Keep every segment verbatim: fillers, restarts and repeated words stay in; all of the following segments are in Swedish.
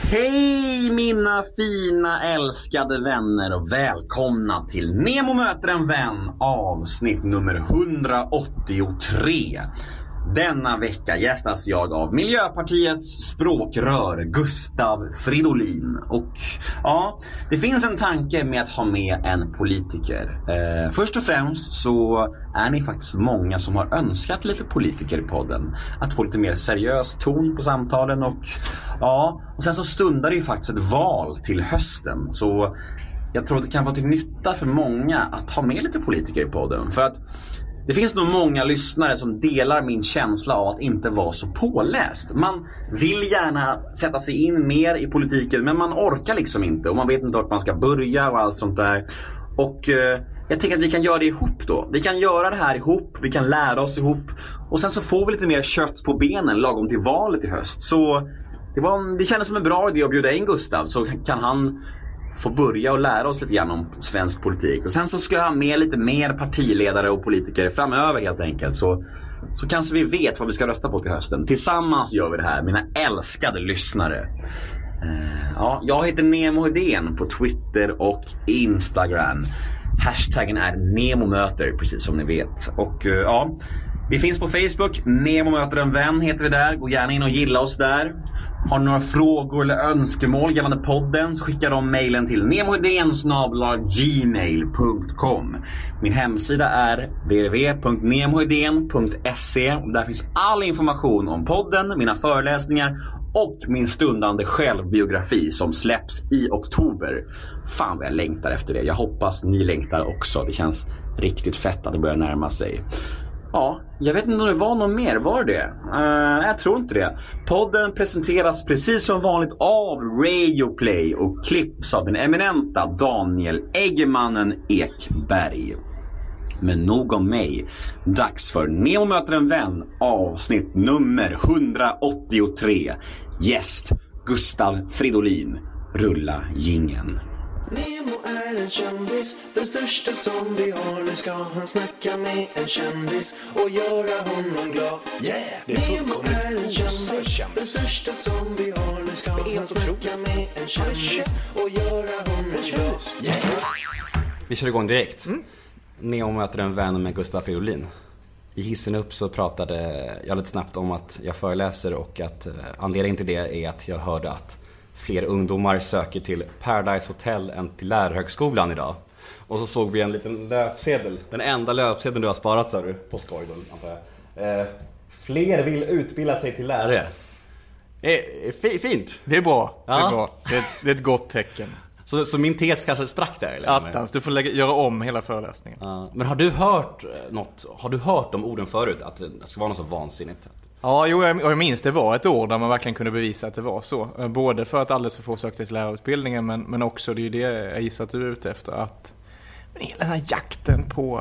Hej mina fina älskade vänner och välkomna till Nemo möter en vän avsnitt nummer hundraåttiotre. Denna vecka gästas jag av Miljöpartiets språkrör Gustav Fridolin. Och ja, det finns en tanke med att ha med en politiker. eh, Först och främst så är ni faktiskt många som har önskat lite politiker i podden. Att få lite mer seriös ton på samtalen. Och ja, och sen så stundar det ju faktiskt ett val till hösten. Så jag tror att det kan vara till nytta för många att ha med lite politiker i podden. För att det finns nog många lyssnare som delar min känsla av att inte vara så påläst. Man vill gärna sätta sig in mer i politiken, men man orkar liksom inte. Och man vet inte vart man ska börja och allt sånt där. Och eh, jag tänker att vi kan göra det ihop då. Vi kan göra det här ihop, vi kan lära oss ihop. Och sen så får vi lite mer kött på benen lagom till valet i höst. Så det, var, det kändes som en bra idé att bjuda in Gustav. Så kan han få börja och lära oss lite grann om svensk politik. Och sen så ska jag ha med lite mer partiledare och politiker framöver helt enkelt. Så, så kanske vi vet vad vi ska rösta på till hösten. Tillsammans gör vi det här, mina älskade lyssnare. uh, ja, Jag heter Nemo Hedén på Twitter och Instagram. Hashtaggen är NEMOMÖTER, precis som ni vet. Och uh, ja, vi finns på Facebook. Nemo möter en vän heter vi där. Gå gärna in och gilla oss där. Har ni några frågor eller önskemål gällande podden så skickar de mejlen till nemohedén snabel-a gmail punkt com. Min hemsida är w w w punkt nemohedén punkt se och där finns all information om podden, mina föreläsningar och min stundande självbiografi som släpps i oktober. Fan vad jag längtar efter det. Jag hoppas ni längtar också. Det känns riktigt fett att det börjar närma sig. Ja, jag vet inte om det var någon mer, var det? Uh, jag tror inte det. Podden presenteras precis som vanligt av Radioplay och klipps av den eminenta Daniel Eggemannen Ekberg. Men nog om mig. Dags för Nemo möter en vän avsnitt nummer hundraåttiotre. Gäst Gustav Fridolin. Rulla jingeln. Nemo är en kändis, den största som vi har. Nu ska han snacka med en kändis och göra honom glad. Yeah! Det är Nemo är en kändis, den största som vi har. Nu ska han snacka med en kändis och göra honom glad. Yeah! Vi kör igång direkt. Mm. Nemo möter en vän med Gustav Fridolin. I hissen upp så pratade jag lite snabbt om att jag föreläser och att anledningen till det är att jag hörde att fler ungdomar söker till Paradise Hotel än till Lärarhögskolan idag. Och så såg vi en liten löpsedel. Den enda löpsedeln du har sparat, sa du, på skoj då, antar jag. Eh, fler vill utbilda sig till lärare. Eh, f- fint. Det är bra. Ja. Det är bra. Det är, det är ett gott tecken. Så, så min tes kanske sprack där, eller? Attans, du får lägga, göra om hela föreläsningen. Ja. Men har du hört något? Har du hört de orden förut? Att det ska vara något så vansinnigt? Ja, jo, jag, jag minns det var ett år där man verkligen kunde bevisa att det var så. Både för att alldeles för få sökte till lärarutbildningen, men, men också, det är ju det jag gissar att du är ute efter, att men hela den här jakten på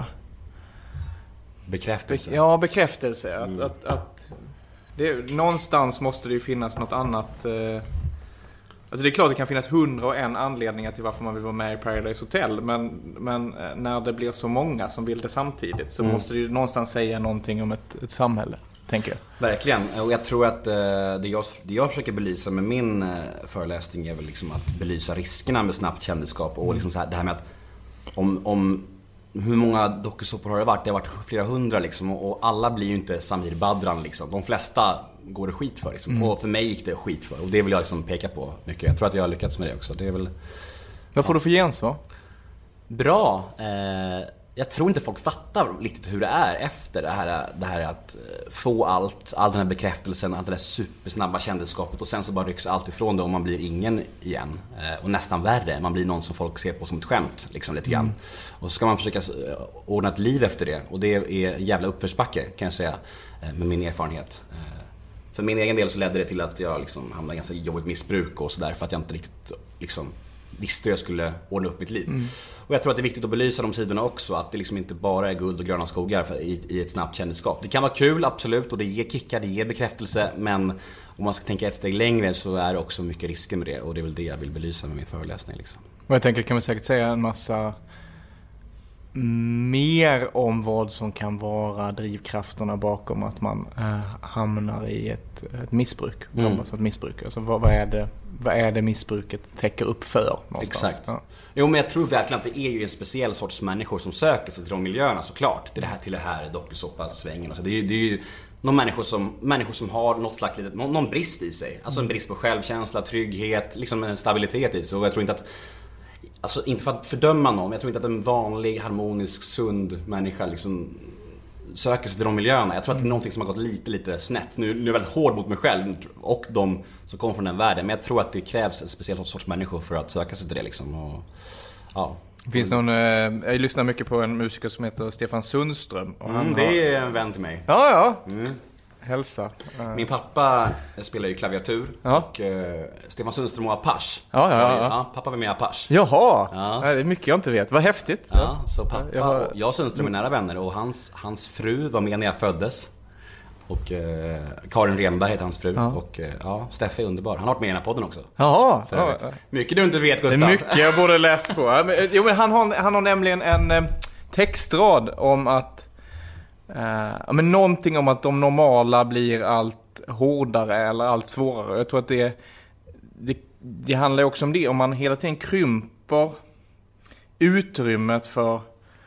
bekräftelse. Be, ja, bekräftelse. Att, mm. att, att det, någonstans måste det ju finnas något annat. Eh, alltså det är klart det kan finnas hundra och en anledningar till varför man vill vara med i Paradise Hotel, men, men när det blir så många som vill det samtidigt så mm. måste det ju någonstans säga någonting om ett, ett samhälle, tänker jag. Verkligen, och jag tror att eh, det, jag, det jag försöker belysa med min eh, föreläsning är väl liksom att belysa riskerna med snabbt kändisskap och liksom så här, det här med att om, om hur många dokusåpor har det varit? Det har varit flera hundra liksom, och, och alla blir ju inte Samir Badran liksom. De flesta går det skit för liksom. Mm. Och för mig gick det skit för, och det vill jag liksom peka på mycket. Jag tror att jag har lyckats med det också. Det är väl, vad får ja. du för gensvar? Bra. Eh, jag tror inte folk fattar riktigt hur det är efter det här, det här att få allt, all den här bekräftelsen, allt det där supersnabba kändisskapet, och sen så bara rycks allt ifrån det och man blir ingen igen. Eh, och nästan värre, man blir någon som folk ser på som ett skämt liksom, lite grann. Mm. Och så ska man försöka ordna ett liv efter det, och det är jävla uppförsbacke, kan jag säga, med min erfarenhet. För min egen del så ledde det till att jag liksom hamnade i ganska jobbigt missbruk och sådär, för att jag inte riktigt liksom visste hur jag skulle ordna upp mitt liv. Mm. Och jag tror att det är viktigt att belysa de sidorna också, att det liksom inte bara är guld och gröna skogar för, i, i ett snabbt kändisskap. Det kan vara kul, absolut, och det ger kickar, det ger bekräftelse, men om man ska tänka ett steg längre så är det också mycket risker med det, och det är väl det jag vill belysa med min föreläsning liksom. Och jag tänker, kan man säkert säga en massa mer om vad som kan vara drivkrafterna bakom att man äh, hamnar i ett, ett missbruk. Mm. Ett missbruk. Alltså, vad, vad, är det, vad är det missbruket täcker upp för någonstans? Exakt. Ja. Jo, men jag tror verkligen att det är ju en speciell sorts människor som söker sig till de miljöerna, såklart. Det är det här till det här dokusåpa-svängen. Alltså, det är ju, det är ju någon människor som, människor som har något slags litet, någon, någon brist i sig. Alltså en brist på självkänsla, trygghet, liksom en stabilitet i sig. Och jag tror inte att, alltså inte för att fördöma någon, men jag tror inte att en vanlig, harmonisk, sund människa liksom söker sig till de miljöerna. Jag tror att det är någonting som har gått lite, lite snett. Nu, nu är jag väldigt hård mot mig själv och de som kommer från den världen. Men jag tror att det krävs en speciell sorts människor för att söka sig till det liksom. Och, ja. Finns någon, jag lyssnar mycket på en musiker som heter Stefan Sundström. Och han mm, det är en vän till mig. Ja, ja. Mm. Hälsa. Min pappa spelar ju klaviatur. Ja. Och uh, Stefan Sundström och Apache. Ja, ja, ja. ja, pappa var med i Apache. Jaha, ja. Det är mycket jag inte vet. Vad häftigt. Ja, så pappa jag har... och jag och Sundström är nära vänner. Och hans, hans fru var med när jag föddes. Och uh, Karin Renberg heter hans fru. Ja. Och uh, ja, Steffe är underbar. Han har varit med i den här podden också. Jaha, ja. Mycket du inte vet, Gustav. Det är mycket jag borde läst på. Jo, men han har, han har nämligen en eh, textrad om att Uh, men någonting om att de normala blir allt hårdare eller allt svårare. Jag tror att det, det, det handlar också om det. Om man hela tiden krymper utrymmet för,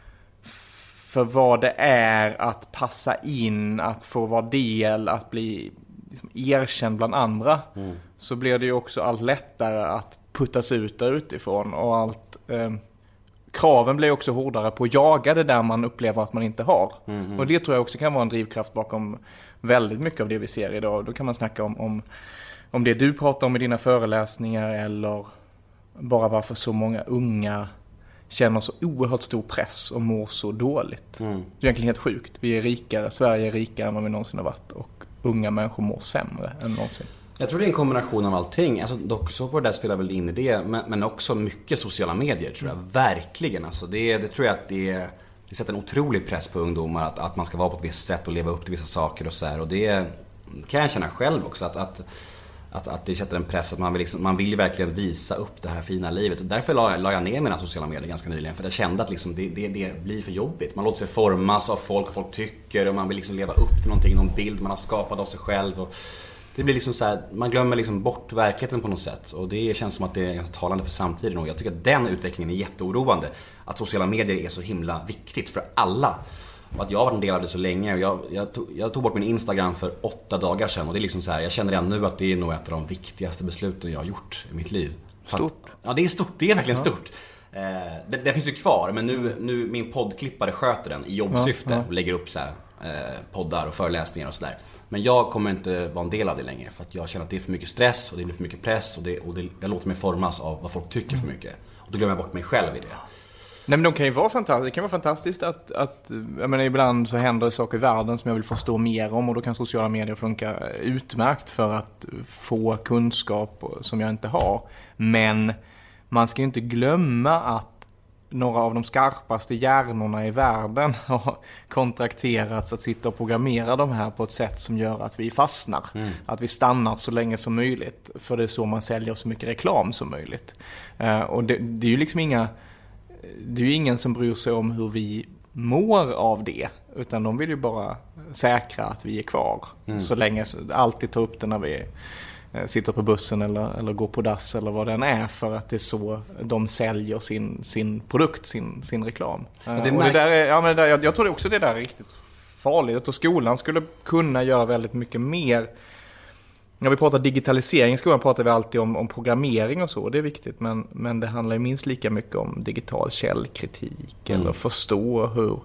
för vad det är att passa in, att få vara del, att bli liksom erkänd bland andra, mm. så blir det ju också allt lättare att puttas ut där utifrån. Och allt... Uh, kraven blir också hårdare på att jaga det där man upplever att man inte har. Mm-hmm. Och det tror jag också kan vara en drivkraft bakom väldigt mycket av det vi ser idag. Då kan man snacka om, om, om det du pratar om i dina föreläsningar, eller bara varför så många unga känner så oerhört stor press och mår så dåligt. Mm. Det är egentligen helt sjukt. Vi är rikare, Sverige är rikare än vad vi någonsin har varit, och unga människor mår sämre än någonsin. Jag tror det är en kombination av allting. Alltså, dokusåpor där spelar väl in i det, men, men också mycket sociala medier, tror jag. Mm. Verkligen. Alltså, det, det tror jag att det, det sätter en otrolig press på ungdomar att, att man ska vara på ett visst sätt och leva upp till vissa saker och så här. Och det kan jag känna själv också, att, att, att, att det sätter en press att man vill, liksom, man vill verkligen visa upp det här fina livet. Och därför la, la jag ner mina sociala medier ganska nyligen, för jag kände att liksom det, det, det blir för jobbigt. Man låter sig formas av folk och folk tycker, och man vill liksom leva upp till någonting, någon bild man har skapat av sig själv. Och det blir liksom så här, man glömmer liksom bort verkligheten på något sätt. Och det känns som att det är ganska talande för samtiden. Och jag tycker att den utvecklingen är jätteoroande. Att sociala medier är så himla viktigt för alla. Och att jag har varit en del av det så länge. Och jag, jag, tog, jag tog bort min Instagram för åtta dagar sedan. Och det är liksom så här, jag känner redan nu att det är nog ett av de viktigaste besluten jag har gjort i mitt liv. Stort. Ja, det är stort. Det är verkligen stort. Eh, det, det finns ju kvar. Men nu, nu min poddklippare sköter den i jobbsyfte. Ja, ja. Och lägger upp så här, eh, poddar och föreläsningar och sådär. Men jag kommer inte vara en del av det längre, för att jag känner att det är för mycket stress och det blir för mycket press, och, det, och det, jag låter mig formas av vad folk tycker för mycket. Och då glömmer jag bort mig själv i det. Nej, men de kan ju vara fantastiskt. Det kan vara fantastiskt att, att jag menar, ibland så händer saker i världen som jag vill förstå mer om, och då kan sociala medier funka utmärkt för att få kunskap som jag inte har. Men man ska ju inte glömma att några av de skarpaste hjärnorna i världen har kontrakterats att sitta och programmera de här på ett sätt som gör att vi fastnar. Mm. Att vi stannar så länge som möjligt. För det är så man säljer så mycket reklam som möjligt. Uh, och det, det är ju liksom inga... Det är ju ingen som bryr sig om hur vi mår av det. Utan de vill ju bara säkra att vi är kvar. Mm. Så länge, alltid ta upp det när vi sitter på bussen eller, eller går på dass eller vad den är, för att det är så de säljer sin, sin produkt, sin, sin reklam. Ja, det och det där är, ja, men det där, jag, jag tror också det där är riktigt farligt, och skolan skulle kunna göra väldigt mycket mer. När vi pratar digitalisering i skolan pratar vi alltid om, om programmering och så, det är viktigt, men, men det handlar ju minst lika mycket om digital källkritik, mm. eller förstå hur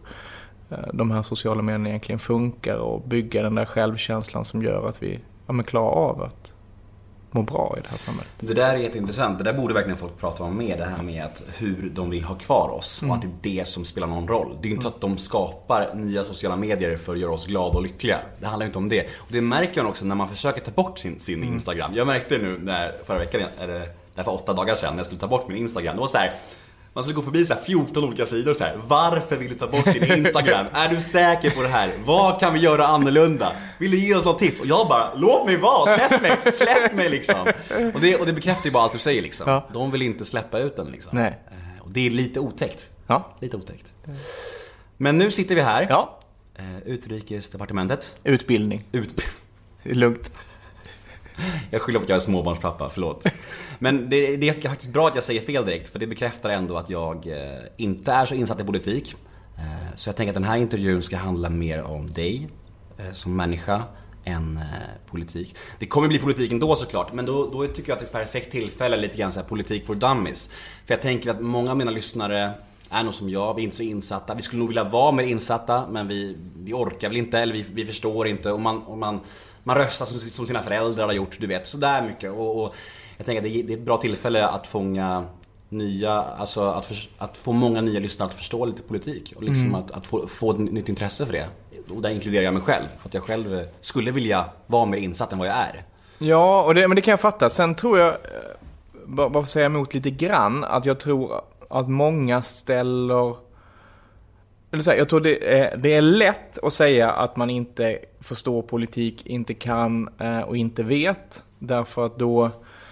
de här sociala medierna egentligen funkar, och bygga den där självkänslan som gör att vi ja, men klarar av att må bra i det här samhället. Det där är jätteintressant. Det där borde verkligen folk prata om med, det här med att hur de vill ha kvar oss, mm. och att det är det som spelar någon roll. Det är inte så att de skapar nya sociala medier för att göra oss glada och lyckliga. Det handlar inte om det. Och det märker man också när man försöker ta bort sin, sin mm. Instagram. Jag märkte nu när förra veckan, eller för åtta dagar sedan, när jag skulle ta bort min Instagram. Det var så här, man skulle gå förbi så här fjorton olika sidor så här. Varför vill du ta bort din Instagram? Är du säker på det här? Vad kan vi göra annorlunda? Vill du ge oss något tips? Och jag bara, låt mig vara, släpp mig, släpp mig liksom. Och det, och det bekräftar ju bara allt du säger liksom. Ja. De vill inte släppa ut den liksom. Nej. Och det är lite otäckt. Ja. Lite otäckt. Men nu sitter vi här. Ja. Eh, Utrikesdepartementet. Utbildning. Utbildning. Det är lugnt. Jag skyller på att jag är småbarnspappa, förlåt. Men det, det är faktiskt bra att jag säger fel direkt, för det bekräftar ändå att jag eh, inte är så insatt i politik. Eh, så jag tänker att den här intervjun ska handla mer om dig eh, som människa än eh, politik. Det kommer bli politik ändå såklart, men då, då tycker jag att det är ett perfekt tillfälle, lite grann så här politik for dummies. För jag tänker att många av mina lyssnare är nog som jag, vi är inte så insatta. Vi skulle nog vilja vara mer insatta, men vi, vi orkar väl inte, eller vi, vi förstår inte. Och man, och man, man röstar som, som sina föräldrar har gjort, du vet, så där mycket. Och, och jag tänker att det är, det är ett bra tillfälle att fånga nya, alltså att, för, att få många nya lyssnare att förstå lite politik. Och liksom mm. att, att få, få ett nytt intresse för det. Och där inkluderar jag mig själv, för att jag själv skulle vilja vara mer insatt än vad jag är. Ja, och det, men det kan jag fatta. Sen tror jag, bara för att säga emot lite grann, att jag tror att många ställer... Eller så här, jag tror det är, det är lätt att säga att man inte förstår politik, inte kan och inte vet. Därför att då,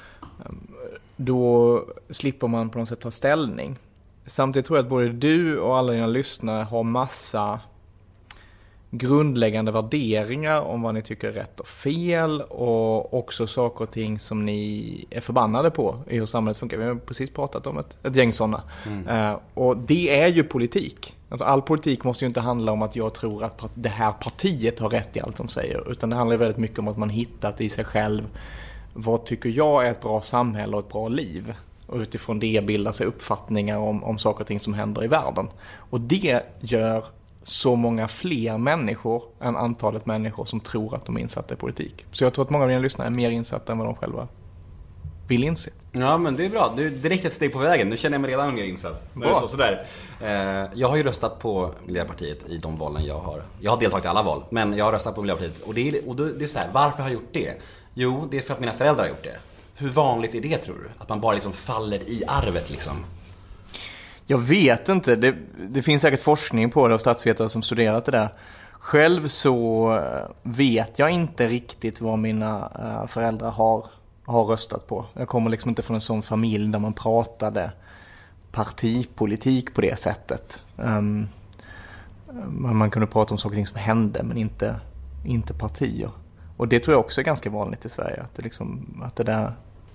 då slipper man på något sätt ta ställning. Samtidigt tror jag att både du och alla dina lyssnare har massa grundläggande värderingar om vad ni tycker är rätt och fel, och också saker och ting som ni är förbannade på i hur samhället funkar. Vi har precis pratat om ett, ett gäng sådana. Mm. Uh, och det är ju politik. Alltså, all politik måste ju inte handla om att jag tror att det här partiet har rätt i allt de säger, utan det handlar väldigt mycket om att man hittat i sig själv vad tycker jag är ett bra samhälle och ett bra liv, och utifrån det bildar sig uppfattningar om, om saker och ting som händer i världen. Och det gör så många fler människor än antalet människor som tror att de är insatta i politik. Så jag tror att många av dina lyssnare är mer insatta än vad de själva vill inse. Ja, men det är bra. Du är direkt ett steg på vägen. Nu känner jag mig redan mer insatt. När du sa sådär. Jag har ju röstat på Miljöpartiet i de valen jag har. Jag har deltagit i alla val, men jag har röstat på Miljöpartiet. Och det är, och det är så här, varför har jag gjort det? Jo, det är för att mina föräldrar har gjort det. Hur vanligt är det, tror du? Att man bara liksom faller i arvet liksom? Jag vet inte. Det, det finns säkert forskning på det och statsvetare som studerat det där. Själv så vet jag inte riktigt vad mina föräldrar har, har röstat på. Jag kommer liksom inte från en sån familj där man pratade partipolitik på det sättet. Um, man kunde prata om saker och ting som hände, men inte, inte partier. Och det tror jag också är ganska vanligt i Sverige. Att det, liksom, att det där...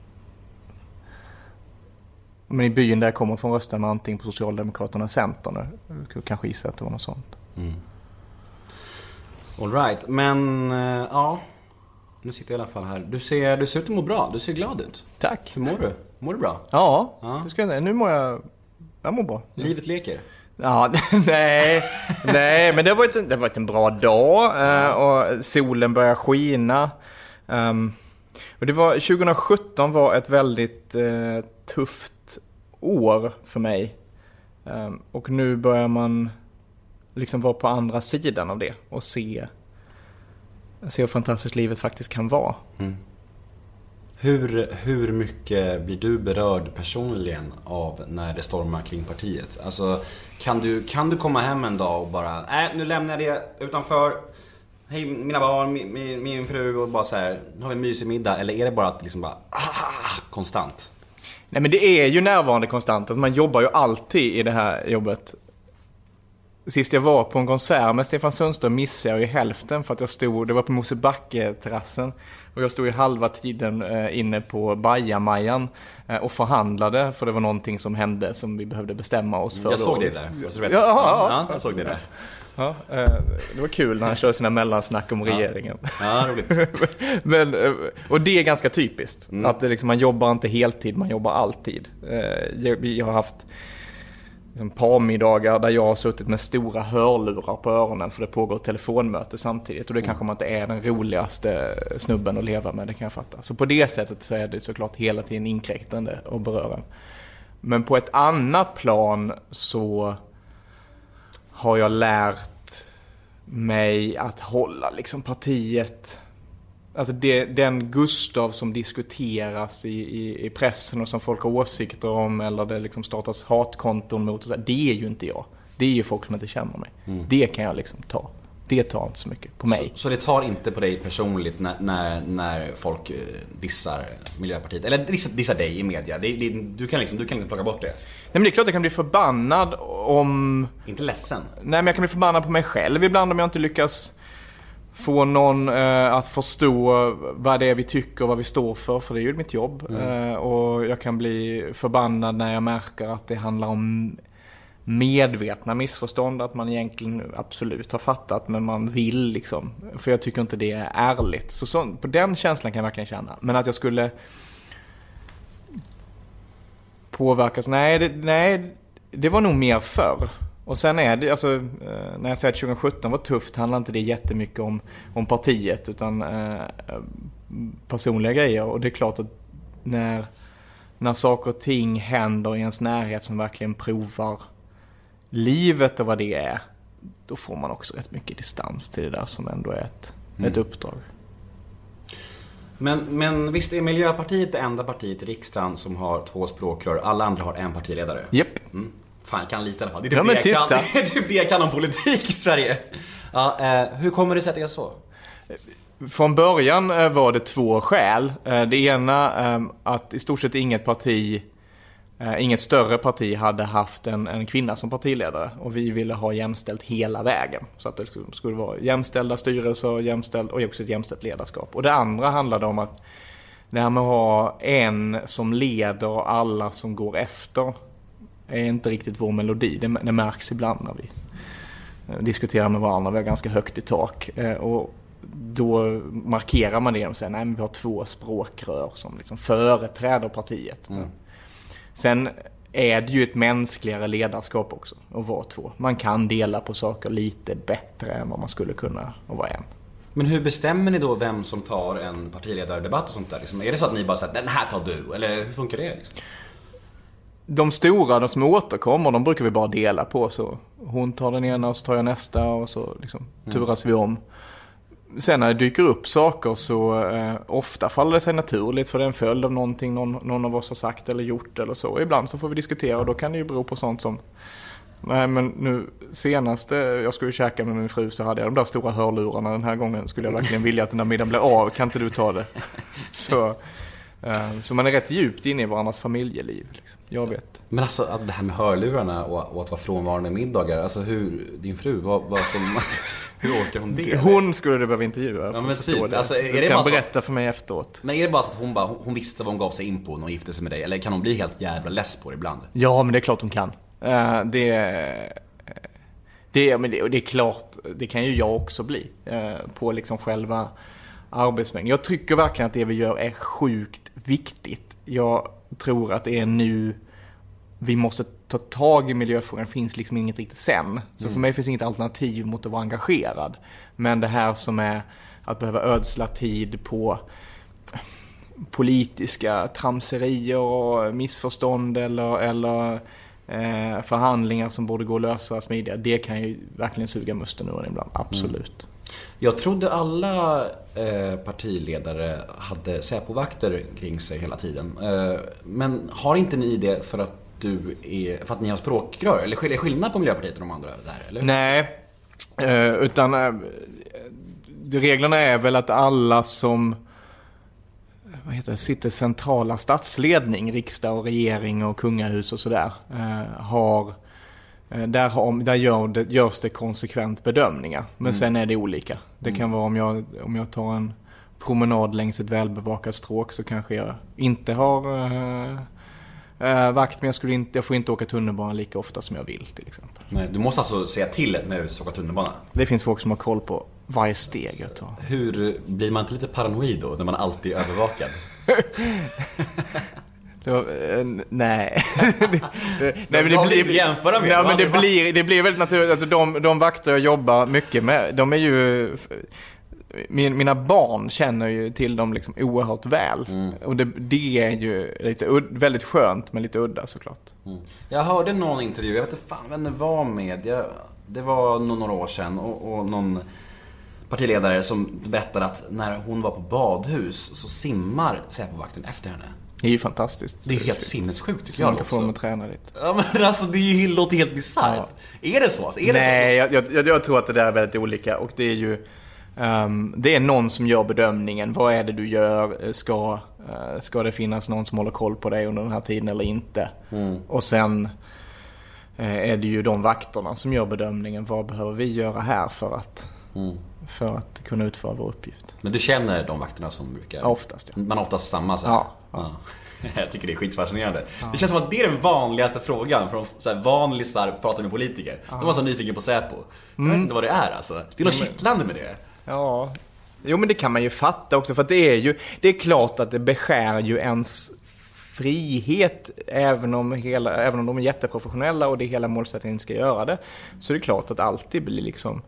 Men i byn där jag kommer från röstar man antingen på Socialdemokraterna och Centern. Jag kanske gissa att det var något sånt. Mm. All right, men uh, ja, nu sitter jag i alla fall här. Du ser, du ser ut att må bra, du ser glad ut. Tack. Hur mår du? Mår du bra? Ja, ja. Det ska jag säga. Nu mår jag, jag mår bra. Livet leker? Ja, nej, nej, men det har varit en, det har varit en bra dag och solen börjar skina. Um, och det var, tjugo sjutton var ett väldigt uh, tufft år för mig. Um, och nu börjar man liksom vara på andra sidan av det och se, se hur fantastiskt livet faktiskt kan vara. Mm. Hur, hur mycket blir du berörd personligen av när det stormar kring partiet? Alltså, kan du, kan du komma hem en dag och bara, nej, nu lämnar jag det utanför. Hej mina barn, min, min fru, och bara så här, nu har vi en mysig middag. Eller är det bara att liksom bara, ah, konstant? Nej, men det är ju närvarande konstant. Att man jobbar ju alltid i det här jobbet. Sist jag var på en konsert med Stefan Sundström missade jag i hälften för att jag stod, det var på Mosebacke-terrassen, och jag stod i halva tiden eh, inne på Bajamajan eh, och förhandlade, för det var någonting som hände som vi behövde bestämma oss för. Jag såg det där. Jag såg det, ja, ja, ja, jag såg det där. Ja, eh, det var kul när han kör sina mellansnack om regeringen. Ja, roligt. Men, eh, och det är ganska typiskt. Mm. Att det liksom, man jobbar inte heltid, man jobbar alltid. Eh, jag, jag har haft liksom parmiddagar där jag har suttit med stora hörlurar på öronen för det pågår ett telefonmöte samtidigt, och det mm. kanske man inte är den roligaste snubben att leva med, det kan jag fatta. Så på det sättet så är det såklart hela tiden inkräktande och berörande. Men på ett annat plan så har jag lärt mig att hålla liksom partiet, alltså det, den Gustav som diskuteras i, i, i pressen och som folk har åsikter om, eller det liksom startas hatkonton mot, och så, det är ju inte jag. Det är ju folk som inte känner mig. Mm. Det kan jag liksom ta. Det tar inte så mycket på mig. Så, så det tar inte på dig personligt när, när, när folk dissar Miljöpartiet? Eller dissar, dissar dig i media? Det, det, du, kan liksom, du kan inte plocka bort det? Nej, men det är klart att jag kan bli förbannad om... Inte ledsen? Nej, men jag kan bli förbannad på mig själv ibland om jag inte lyckas få någon eh, att förstå vad det är vi tycker och vad vi står för. För det är ju mitt jobb. Mm. Eh, och jag kan bli förbannad när jag märker att det handlar om medvetna missförstånd, att man egentligen absolut har fattat, men man vill liksom, för jag tycker inte det är ärligt. Så, så på den känslan kan jag verkligen känna. Men att jag skulle påverkas, nej det, nej, det var nog mer förr. Och sen är det, alltså, när jag säger att tjugo sjutton var tufft, handlar inte det jättemycket om, om partiet, utan eh, personliga grejer. Och det är klart att när, när saker och ting händer i ens närhet som verkligen provar livet och vad det är, då får man också rätt mycket distans till det där som ändå är ett, mm. ett uppdrag. Men, men visst är Miljöpartiet det enda partiet i riksdagen som har två språkrör, alla andra har en partiledare? Japp. Mm. Fan, jag kan lite i alla fall. Det är typ, ja, det, jag kan, det är typ det jag kan om politik i Sverige. Ja, eh, hur kommer det sig att det är så? Från början eh, var det två skäl. Eh, det ena eh, att i stort sett inget parti, eh, inget större parti hade haft en, en kvinna som partiledare. Och vi ville ha jämställt hela vägen. Så att det skulle vara jämställda styrelser jämställd, och också ett jämställt ledarskap. Och det andra handlade om att det här med att ha en som leder och alla som går efter är inte riktigt vår melodi. Det, det märks ibland när vi diskuterar med varandra. Vi har ganska högt i tak. Och då markerar man det och säger nej, men vi har två språkrör som liksom företräder partiet. Mm. Sen är det ju ett mänskligare ledarskap också att vara två. Man kan dela på saker lite bättre än vad man skulle kunna att vara en. Men hur bestämmer ni då vem som tar en partiledardebatt och sånt där? Liksom, är det så att ni bara säger den här tar du? Eller hur funkar det liksom? De stora, de som återkommer, de brukar vi bara dela på. Så hon tar den ena och så tar jag nästa och så liksom turas mm. vi om. Sen när det dyker upp saker så eh, ofta faller det sig naturligt, för det är en följd av någonting någon, någon av oss har sagt eller gjort eller så. Och ibland så får vi diskutera, och då kan det ju bero på sånt som nej, men nu senast jag skulle käka med min fru så hade jag de där stora hörlurarna. Den här gången skulle jag verkligen vilja att den där middagen blev av. Kan inte du ta det? Så, eh, så man är rätt djupt inne i varandras familjeliv liksom. Jag vet. Men alltså att det här med hörlurarna och, och att vara frånvarande middagar, alltså hur, din fru, vad, vad som, hur orkar hon det? Hon skulle du behöva intervjua. Ja, men typ, det. Alltså, är du det kan bara berätta så, för mig efteråt. Men är det bara så att hon, bara, hon visste vad hon gav sig in på när hon gifte sig med dig? Eller kan hon bli helt jävla less på det ibland? Ja, men det är klart hon kan. Uh, det, det, men det, och det är klart, det kan ju jag också bli uh, på liksom själva arbetsmängden. Jag tycker verkligen att det vi gör är sjukt viktigt. Jag tror att det är nu vi måste ta tag i miljöfrågan. Det finns liksom inget riktigt sen. Så mm. för mig finns inget alternativ mot att vara engagerad. Men det här som är att behöva ödsla tid på politiska tramserier och missförstånd eller, eller eh, förhandlingar som borde gå att lösa smidigare, det kan ju verkligen suga musten ur ibland. Absolut. Mm. Jag trodde alla eh, partiledare hade säpovakter kring sig hela tiden. Eh, men har inte ni det för att du är, för att ni har språkrör? Eller är det skillnad på Miljöpartiet och de andra där? Eller? Nej, eh, utan eh, reglerna är väl att alla som vad heter det, sitter centrala statsledning, riksdag och regering och kungahus och sådär, eh, har Där, har, där gör det, görs det konsekvent bedömningar. Men mm. sen är det olika. Det kan mm. vara om jag, om jag tar en promenad längs ett välbevakat stråk så kanske jag inte har äh, äh, vakt. Men jag, skulle inte, jag får inte åka tunnelbana lika ofta som jag vill till exempel. Nej, du måste alltså säga till när du ska åka tunnelbana? Det finns folk som har koll på varje steg jag tar. Hur blir man inte lite paranoid då när man alltid är övervakad? Då, eh, nej. det, det, nej, men det blir jämföra med. Ja, men det blir det blir väldigt naturligt. Alltså de de vakter jag jobbar mycket med, de är ju min, mina barn känner ju till dem liksom oerhört väl. Mm. Och det, det är ju lite väldigt skönt men lite udda såklart. Mm. Jag hörde någon intervju, jag vet inte fan vem det var med. Jag, det var några år sedan och, och någon partiledare som berättade att när hon var på badhus så simmar Säpovakten efter henne. Det är ju fantastiskt. Det är helt sinnessjukt tycker jag. Jag Får man träna lite. Ja, men alltså det är ju, låter helt bisarrt. Ja. Är det så? Är det Nej, så? Jag, jag, jag tror att det där är väldigt olika. Och det är ju um, det är någon som gör bedömningen. Vad är det du gör? Ska, uh, ska det finnas någon som håller koll på dig under den här tiden eller inte? Mm. Och sen uh, är det ju de vakterna som gör bedömningen. Vad behöver vi göra här för att... Mm. för att kunna utföra vår uppgift. Men du känner de vakterna som brukar... Ja, oftast, ja. Man har oftast samma så här. Ja, ja. Ja. Jag tycker det är skitfascinerande. Ja. Det känns som att det är den vanligaste frågan från så här vanlisar pratar med politiker. Ja. De var så nyfiken på Säpo. Mm. Jag vet inte vad det är alltså. Det är något men... kittlande med det. Ja. Jo, men det kan man ju fatta också. För att det är ju... Det är klart att det beskär ju ens frihet, även om, hela, även om de är jätteprofessionella och det hela målsättningen ska göra det. Så det är klart att alltid blir liksom...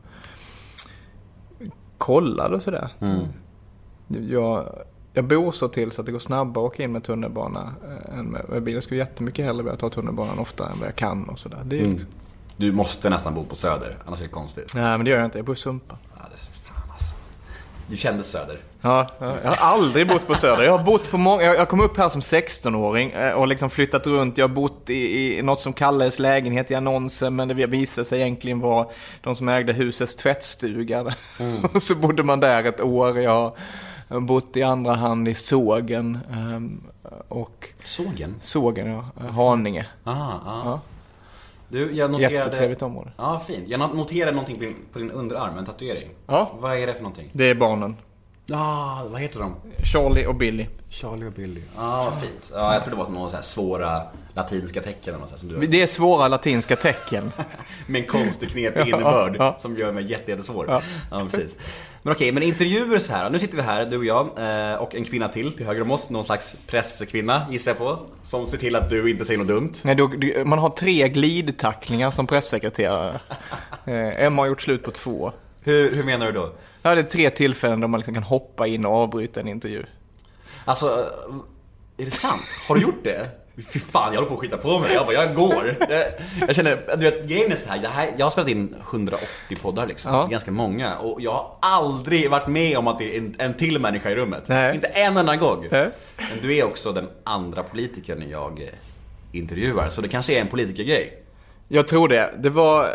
kollad och sådär. Mm. Jag, jag bor så till så att det går snabbare att åka in med tunnelbana än med, med bil. Jag skulle jättemycket hellre börja ta tunnelbanan ofta än vad jag kan och sådär. Det är mm. liksom... Du måste nästan bo på Söder, annars är det konstigt. Nej, men det gör jag inte. Jag bor i Sumpa. Ja, det är fan alltså. Du kände Söder? Ja, ja, jag har aldrig bott på Söder. Jag har bott på många... Jag kom upp här som sexton-åring och liksom flyttat runt. Jag har bott i, i något som kallades lägenhet i annonsen, men det visade sig egentligen vara de som ägde husets tvättstuga. Mm. Och så bodde man där ett år. Jag har bott i andra hand i Sågen. Och Sågen? Sågen, ja. Haninge. Ah, ah. Ja. Du, jag noterade... Jättetrevligt område. Ja, fint. Jag noterade någonting på din, på din underarm, en tatuering. Ja. Vad är det för någonting? Det är barnen. Ja, ah, vad heter de? Charlie och Billy. Charlie och Billy. Ja, ah, vad fint. Ja, jag tror det var några så här svåra latinska tecken eller något så här, som du... Det är svåra latinska tecken. Med en konstig knepig innebörd ja, ja. Som gör mig jätte, jättesvår. Ja. Ja, precis. Men okej, men intervjuer så här. Nu sitter vi här, du och jag och en kvinna till till höger om oss, någon slags presskvinna gissar jag på, som ser till att du inte säger något dumt. Nej, då, man har tre glidtacklingar som pressekreterare. Emma har gjort slut på två. Hur, hur menar du då? Ja, det är tre tillfällen där man liksom kan hoppa in och avbryta en intervju. Alltså, är det sant? Har du gjort det? Fy fan, jag håller på att skita på mig. Jag bara, jag går. Jag, jag känner, du vet, grejen är så här, det här. Jag har spelat in hundraåttio poddar liksom. Ja. Ganska många. Och jag har aldrig varit med om att det är en, en till människa i rummet. Nej. Inte en enda gång. Nej. Men du är också den andra politikern jag intervjuar. Så det kanske är en politikergrej. Jag tror det. Det var...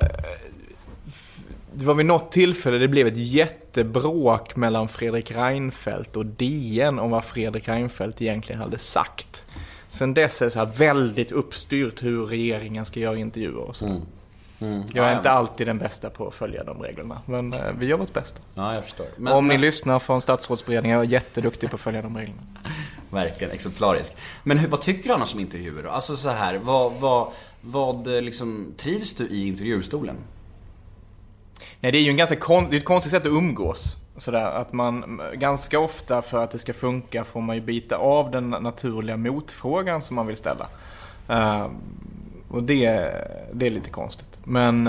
Det var vid något tillfälle det blev ett jättebråk mellan Fredrik Reinfeldt och D N om vad Fredrik Reinfeldt egentligen hade sagt. Sen dess är det så här väldigt uppstyrt hur regeringen ska göra intervjuer och så. Mm. Mm. Jag är ja, inte ja. alltid den bästa på att följa de reglerna, men eh, vi gör vårt bästa. Ja, jag förstår. Men, om men... ni lyssnar från statsrådsberedningen, jag är jätteduktig på att följa de reglerna. Verkligen, exemplarisk. Men hur, vad tycker du annars om intervjuer då? Alltså så här, vad, vad, vad liksom, trivs du i intervjustolen? Nej, det är ju en ganska kon- det är ett konstigt sätt att umgås. Sådär, att man ganska ofta för att det ska funka får man ju bita av den naturliga motfrågan som man vill ställa. Uh, och det, det är lite konstigt. Men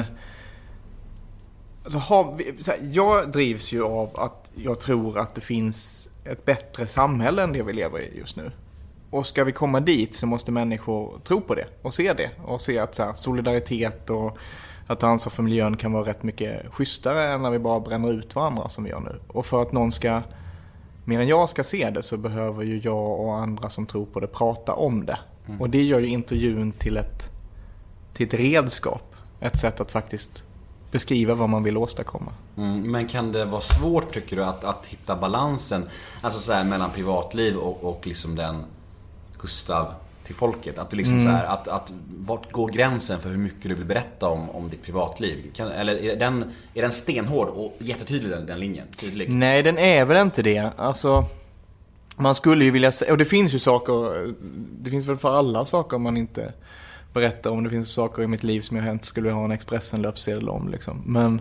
alltså, har vi, såhär, jag drivs ju av att jag tror att det finns ett bättre samhälle än det vi lever i just nu. Och ska vi komma dit så måste människor tro på det och se det. Och se att såhär, solidaritet och att ansvar för miljön kan vara rätt mycket schysstare än när vi bara bränner ut varandra som vi gör nu. Och för att någon ska, mer än jag ska se det, så behöver ju jag och andra som tror på det prata om det. Mm. Och det gör ju intervjun till ett, till ett redskap. Ett sätt att faktiskt beskriva vad man vill åstadkomma. Mm, men kan det vara svårt, tycker du, att, att hitta balansen alltså så här, mellan privatliv och, och liksom den Gustav till folket? Att det liksom mm. så här, att, att vart går gränsen för hur mycket du vill berätta om, om ditt privatliv? Kan, eller är den, är den stenhård och jättetydlig den, den linjen? Tydlig? Nej, den är väl inte det. Alltså, man skulle ju vilja säga, och det finns ju saker, det finns väl för alla saker man inte berättar om. Det finns saker i mitt liv som jag inte skulle ha en Expressen-löpsedel om liksom. Men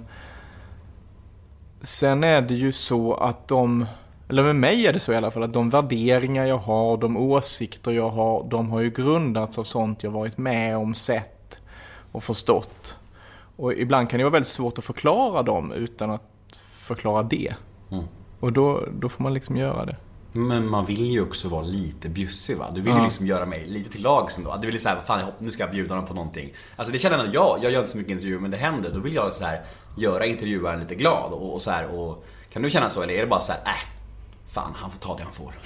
sen är det ju så att de, eller med mig är det så i alla fall, att de värderingar jag har, de åsikter jag har, de har ju grundats av sånt jag varit med om, sett och förstått. Och ibland kan det vara väldigt svårt att förklara dem utan att förklara det. Mm. Och då, då får man liksom göra det. Men man vill ju också vara lite bjussig, va? Du vill ju ja. liksom göra mig lite till lags ändå. Du vill säga, fan, jag hopp, nu ska jag bjuda dem på någonting. Alltså det känner jag, jag, jag gör inte så mycket intervjuer, men det händer. Då vill jag så här göra intervjuaren lite glad och, och så här, och Kan du känna så, eller är det bara så här, äh, fan, han får ta det han får?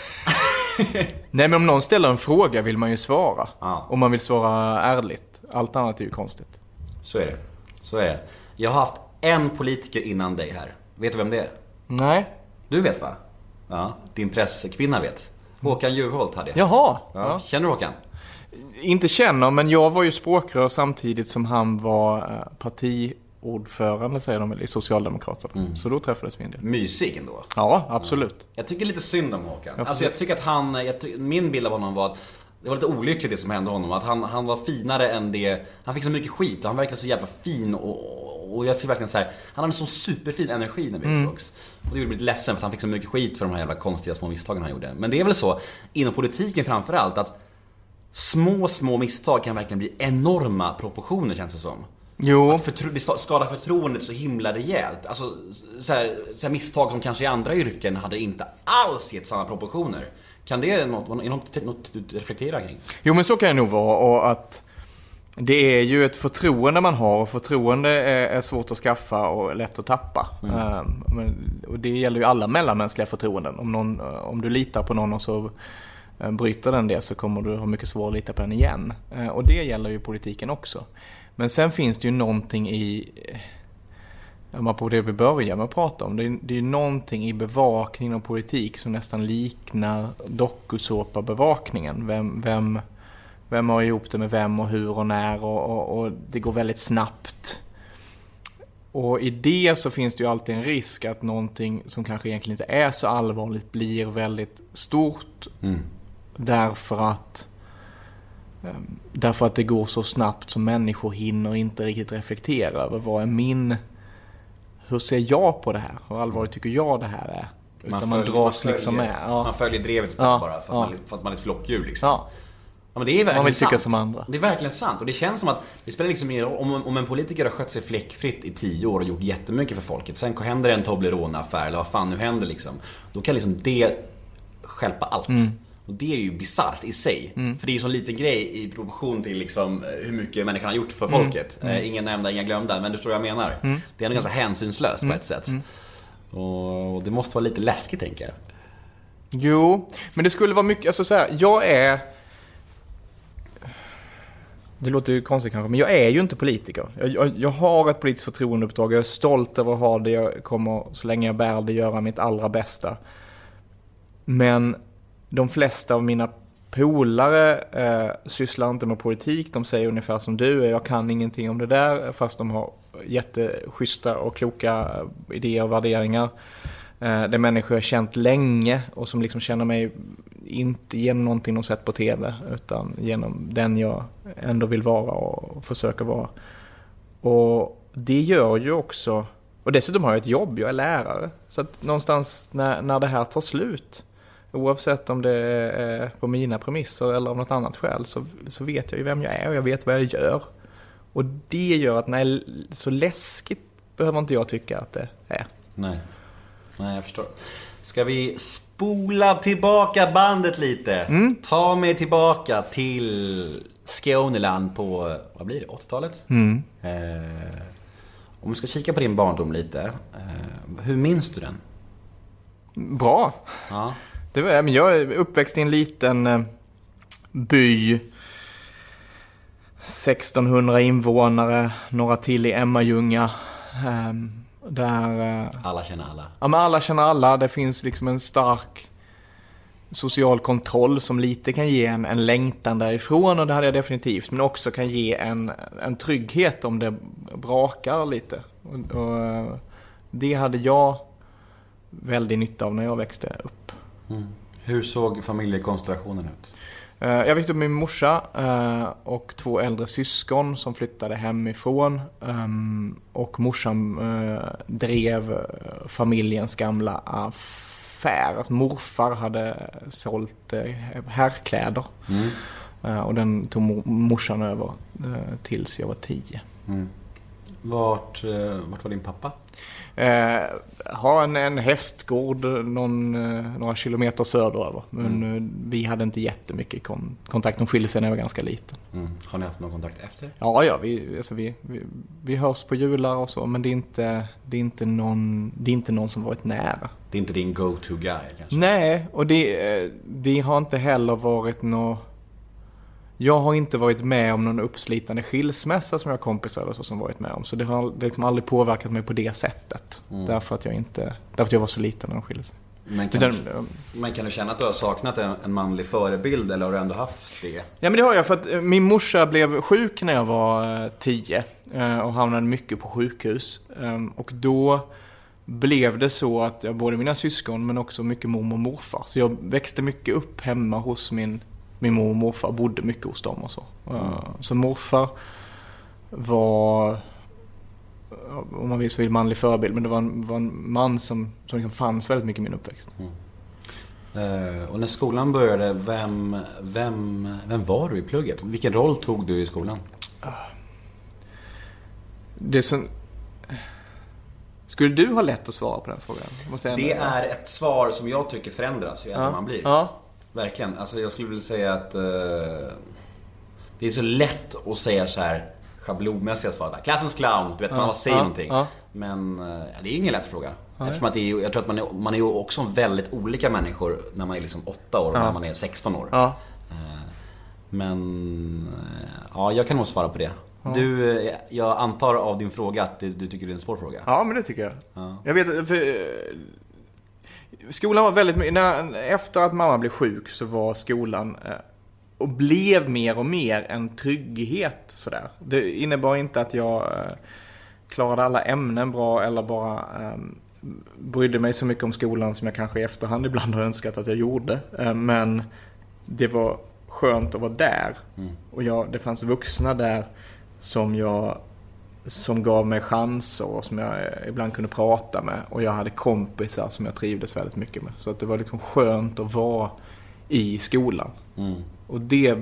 Nej, men om någon ställer en fråga vill man ju svara. Ja. Om man vill svara ärligt. Allt annat är ju konstigt. Så är det. Så är det. Jag har haft en politiker innan dig här. Vet du vem det är? Nej. Du vet, va? Ja, din presskvinna vet. Håkan Juholt hade jag. Jaha. Ja. Ja. Känner du Håkan? Inte känner, men jag var ju språkrör samtidigt som han var partiordförande, säger de väl, i Socialdemokraterna. Mm. Så då träffades vi en del. Mysig ändå. Ja, absolut. Ja. Jag tycker lite synd om Håkan. Jag alltså jag tycker att han, jag ty- min bild av honom var att det var lite olyckligt det som hände honom. Att han, han var finare än det. Han fick så mycket skit och han verkade så jävla fin. Och, och jag fick verkligen så här, han hade en så superfin energi när vi mm. sågs. Och det gjorde mig lite ledsen för att han fick så mycket skit för de här jävla konstiga små misstagen han gjorde. Men det är väl så, inom politiken framförallt, att små, små misstag kan verkligen bli enorma proportioner, känns det som. Jo. Att förtro- det skadar förtroendet så himla rejält. Alltså så här, så här misstag som kanske i andra yrken hade inte alls gett samma proportioner. Kan det något, något, något du reflekterar kring? Jo, men så kan det nog vara. Och att det är ju ett förtroende man har. Och förtroende är, är svårt att skaffa och lätt att tappa. Mm. Um, men, och det gäller ju alla mellanmänskliga förtroenden. Om, någon, om du litar på någon och så uh, bryter den det, så kommer du ha mycket svårt att lita på den igen. Uh, och det gäller ju politiken också. Men sen finns det ju någonting i... Om på det vi börjar med att prata om. Det är, det är någonting i bevakning och politik som nästan liknar dokusåpa-bevakningen. Vem, vem, vem har ihop det med vem och hur och när. Och, och, och det går väldigt snabbt. Och i det så finns det ju alltid en risk att någonting som kanske egentligen inte är så allvarligt blir väldigt stort. Mm. Därför att... Därför att det går så snabbt som människor hinner inte riktigt reflektera över vad är min... Hur ser jag på det här? Hur allvarligt tycker jag det här är? Utan man, man dras man följer, liksom med. Ja. Man följer drevet ja, bara för att, ja. man, för att man är ett flockdjur liksom. Ja. Ja, men det är verkligen man vill tycka sant. Som andra. Det är verkligen sant. Och det känns som att det spelar liksom ingen roll om, om en politiker har skött sig fläckfritt i tio år och gjort jättemycket för folket. Sen händer en Toblerone-affär eller vad fan nu händer liksom. Då kan liksom det stjälpa allt. Mm. Och det är ju bizarrt i sig. Mm. För det är ju en sån liten grej i proportion till liksom hur mycket människan har gjort för mm. folket. Mm. Eh, ingen nämnda, inga glömda. Men du tror jag menar. Mm. Det är ändå ganska hänsynslöst mm. på ett sätt. Mm. Och det måste vara lite läskigt, tänker jag. Jo, men det skulle vara mycket... Alltså så här, jag är... Det låter ju konstigt kanske, men jag är ju inte politiker. Jag, jag, jag har ett politiskt förtroendeuppdrag. Jag är stolt över att ha det. Jag kommer, så länge jag bär det, göra mitt allra bästa. Men... De flesta av mina polare eh, sysslar inte med politik. De säger ungefär som du. Jag kan ingenting om det där. Fast de har jätteschyssta och kloka idéer och värderingar. Eh, det är människor jag känt länge. Och som liksom känner mig inte genom någonting de sett på tv. Utan genom den jag ändå vill vara och försöker vara. Och det gör ju också... Och dessutom har jag ett jobb. Jag är lärare. Så att någonstans när, när det här tar slut... Oavsett om det är på mina premisser eller om något annat skäl, så, så vet jag ju vem jag är och jag vet vad jag gör. Och det gör att nej, så läskigt behöver inte jag tycka att det är. Nej, nej jag förstår. Ska vi spola tillbaka bandet lite? Mm. Ta mig tillbaka till Skåneland på, vad blir det, åttiotalet? Mm. Eh, om vi ska kika på din barndom lite, eh, hur minns du den? Bra. Ja. Det var, men jag är uppväxt i en liten eh, by, sextonhundra invånare, några till i Emmajunga. Eh, där, eh, alla känner alla. Ja, men alla känner alla. Det finns liksom en stark social kontroll som lite kan ge en, en längtan därifrån, och det hade jag definitivt. Men också kan ge en, en trygghet om det brakar lite. Och, och det hade jag väldigt nytta av när jag växte upp. Mm. Hur såg familjekonstellationen ut? Jag växte upp med min morsa och två äldre syskon som flyttade hemifrån. Och morsan drev familjens gamla affär. Alltså morfar hade sålt herrkläder. Mm. Och den tog morsan över tills jag var tio. Mm. Vart, vart var din pappa? Eh, ha en, en hästgård någon, några kilometer söderöver. Men mm. vi hade inte jättemycket kon- kontakt. De skilde sig när jag var ganska liten. Mm. Har ni haft någon kontakt efter? Ja, ja vi, alltså vi, vi, vi hörs på jular och så. Men det är inte, det är inte, någon, det är inte någon som varit nära. Det är inte din go-to guy kanske? Nej, och det, det har inte heller varit något... Jag har inte varit med om någon uppslitande skilsmässa som jag har kompisar eller så som varit med om. Så det har det liksom aldrig påverkat mig på det sättet. Mm. Därför att jag inte, därför att jag var så liten när de skilde sig. Men kan, Utan, du, men kan du känna att du har saknat en, en manlig förebild eller har du ändå haft det? Ja, men det har jag, för att min morsa blev sjuk när jag var tio och hamnade mycket på sjukhus. Och då blev det så att jag både mina syskon men också mycket mormor och morfar. Så jag växte mycket upp hemma hos min Min mor och morfar, bodde mycket hos dem och så. Mm. Så morfar var, om man vill så vill, manlig förebild. Men det var en, var en man som, som liksom fanns väldigt mycket i min uppväxt. Mm. Uh, och när skolan började, vem, vem, vem var du i plugget? Vilken roll tog du i skolan? Det som... Skulle du ha lätt att svara på den frågan? Måste jag det är ett svar som jag tycker förändras ju äldre ja. man blir. Ja. Verkligen. Alltså jag skulle vilja säga att uh, det är så lätt att säga så här schablonmässiga svar. Klassens clown, du vet, ja, man säger ja, någonting. Ja. Men uh, det är ingen lätt fråga. Ja, eftersom att det är, jag tror att man är, man är ju också väldigt olika människor när man är liksom åtta år och ja. när man är sexton år. Ja. Uh, men uh, ja, jag kan nog svara på det. Ja. Du, jag antar av din fråga att du, du tycker det är en svår fråga. Ja, men det tycker jag. Ja. Jag vet, för skolan var väldigt mycket, när, efter att mamma blev sjuk så var skolan eh, och blev mer och mer en trygghet sådär. Det innebar inte att jag eh, klarade alla ämnen bra eller bara eh, brydde mig så mycket om skolan som jag kanske i efterhand ibland har önskat att jag gjorde. Eh, men det var skönt att vara där. Mm. Och jag, det fanns vuxna där som jag som gav mig chanser och som jag ibland kunde prata med. Och jag hade kompisar som jag trivdes väldigt mycket med. Så att det var liksom skönt att vara i skolan. Mm. Och det,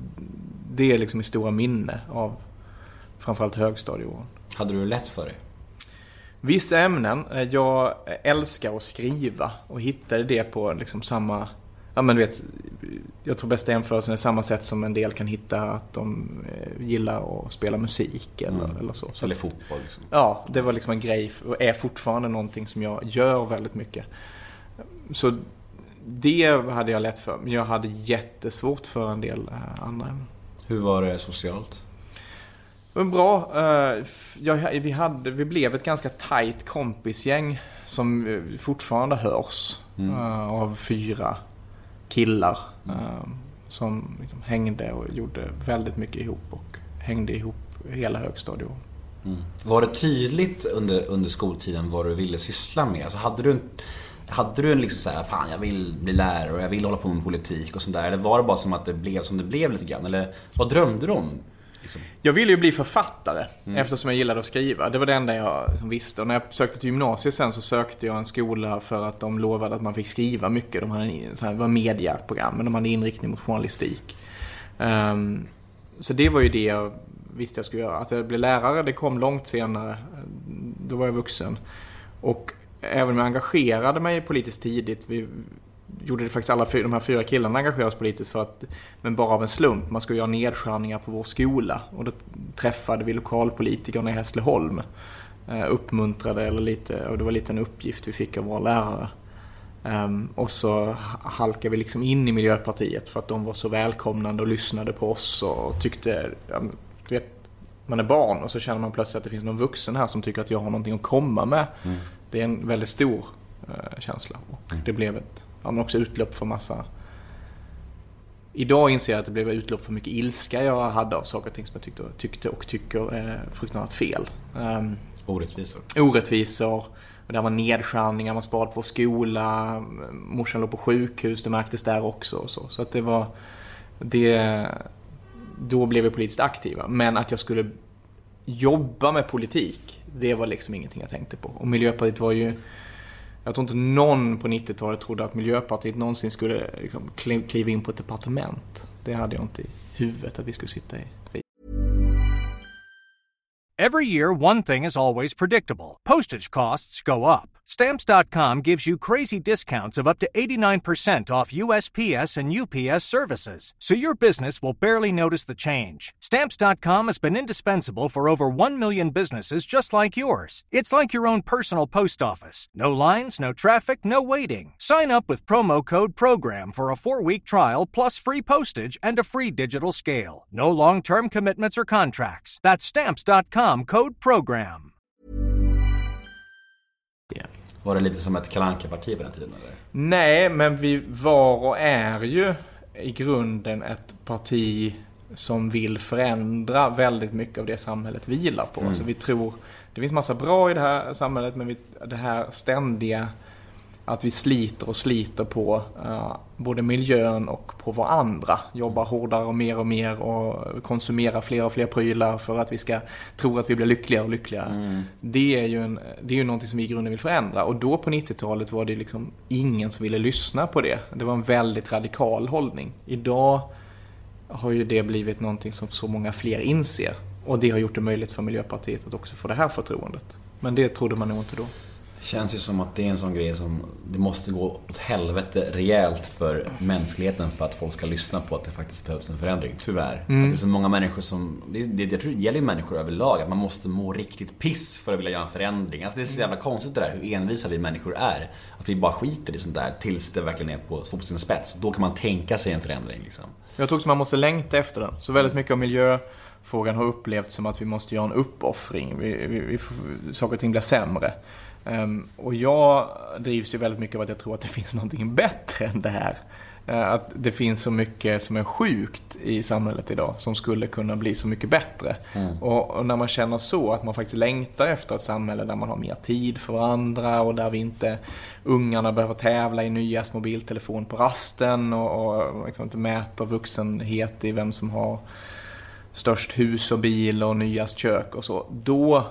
det är liksom i stora minne av framförallt högstadieåren. Hade du lätt för dig? Vissa ämnen. Jag älskar att skriva och hittade det på liksom samma... Ja, men du vet, jag tror bästa jämförelsen är samma sätt som en del kan hitta att de gillar att spela musik eller, mm. eller så. så. Eller fotboll liksom. Ja, det var liksom en grej och är fortfarande någonting som jag gör väldigt mycket. Så det hade jag lätt för. Men jag hade jättesvårt för en del andra ämnen. Hur var det socialt? Det var bra. Jag, vi, hade, vi blev ett ganska tajt kompisgäng som fortfarande hörs mm. av fyra killar mm. um, som liksom hängde och gjorde väldigt mycket ihop och hängde ihop hela högstadiet. Mm. Var det tydligt under, under skoltiden vad du ville syssla med? Alltså hade du en, hade du en liksom så här, fan jag vill bli lärare och jag vill hålla på med politik och sånt där? Eller var det bara som att det blev som det blev lite grann? Eller vad drömde du om? Liksom? Jag ville ju bli författare mm. eftersom jag gillade att skriva. Det var det enda jag liksom visste. Och när jag sökte till gymnasiet sen så sökte jag en skola för att de lovade att man fick skriva mycket. De hade en, så här, det var mediaprogram, men de hade inriktning mot journalistik. Um, så det var ju det jag visste jag skulle göra. Att jag blev lärare, det kom långt senare. Då var jag vuxen. Och även om jag engagerade mig politiskt tidigt, vi gjorde det faktiskt alla fyra, de här fyra killarna engagerade oss politiskt för att, men bara av en slump. Man skulle göra nedskärningar på vår skola och då träffade vi lokalpolitikerna i Hässleholm, eh, uppmuntrade eller lite, och det var lite en uppgift vi fick av våra lärare. Um, och så halkade vi liksom in i Miljöpartiet för att de var så välkomnande och lyssnade på oss och tyckte, ja, du vet, man är barn och så känner man plötsligt att det finns någon vuxen här som tycker att jag har någonting att komma med. Mm. Det är en väldigt stor uh, känsla och mm. det blev ett, ja, men också utlopp för massa. Idag inser jag att det blev utlopp för mycket ilska jag hade av saker och ting som jag tyckte, tyckte och tycker är fruktansvärt fel. Um, orättvisor. Orättvisor. Och det var nedskärningar, man sparade på skola, morsan låg på sjukhus, det märktes där också och så. Så att det var det, då blev vi politiskt aktiva. Men att jag skulle jobba med politik, det var liksom ingenting jag tänkte på. Och Miljöpartiet var ju, jag tror inte någon på nittiotalet trodde att Miljöpartiet någonsin skulle liksom kliva in på ett departement. Det hade jag inte i huvudet att vi skulle sitta i. Every year, one thing is always predictable. Postage costs go up. Stamps dot com gives you crazy discounts of up to eighty-nine percent off U S P S and U P S services, so your business will barely notice the change. Stamps dot com has been indispensable for over one million businesses just like yours. It's like your own personal post office. No lines, no traffic, no waiting. Sign up with promo code PROGRAM for a four-week trial plus free postage and a free digital scale. No long-term commitments or contracts. That's Stamps dot com, code PROGRAM. Yeah. Var det lite som ett Kalle Anka-parti på den tiden, eller? Nej, men vi var och är ju i grunden ett parti som vill förändra väldigt mycket av det samhället vilar på. Mm. Så vi tror, det finns massa bra i det här samhället, men vi, det här ständiga att vi sliter och sliter på uh, både miljön och på varandra. Jobbar hårdare och mer och mer och konsumerar fler och fler prylar för att vi ska tro att vi blir lyckligare och lyckligare. Mm. Det är ju en, det är ju någonting som vi i grunden vill förändra. Och då på nittiotalet var det liksom ingen som ville lyssna på det. Det var en väldigt radikal hållning. Idag har ju det blivit någonting som så många fler inser. Och det har gjort det möjligt för Miljöpartiet att också få det här förtroendet. Men det trodde man nog inte då. Det känns ju som att det är en sån grej som det måste gå åt helvete rejält för mänskligheten för att folk ska lyssna på att det faktiskt behövs en förändring, tyvärr. Mm. Att det är så många människor som, det, det, jag tror det gäller människor överlag, att man måste må riktigt piss för att vilja göra en förändring. Alltså det är så jävla konstigt det där, hur envisa vi människor är. Att vi bara skiter i sånt där tills det verkligen är på, står på sin spets. Då kan man tänka sig en förändring liksom. Jag tror att man måste längta efter den. Så väldigt mycket av miljöfrågan har upplevts som att vi måste göra en uppoffring. Vi, vi, vi, saker och ting blir sämre. Um, och jag drivs ju väldigt mycket av att jag tror att det finns någonting bättre än det här. Uh, att det finns så mycket som är sjukt i samhället idag som skulle kunna bli så mycket bättre. Mm. Och, och när man känner så, att man faktiskt längtar efter ett samhälle där man har mer tid för varandra och där vi inte, ungarna behöver tävla i nyast mobiltelefon på rasten och, och liksom inte mäter vuxenhet i vem som har störst hus och bil och nyast kök och så. Då,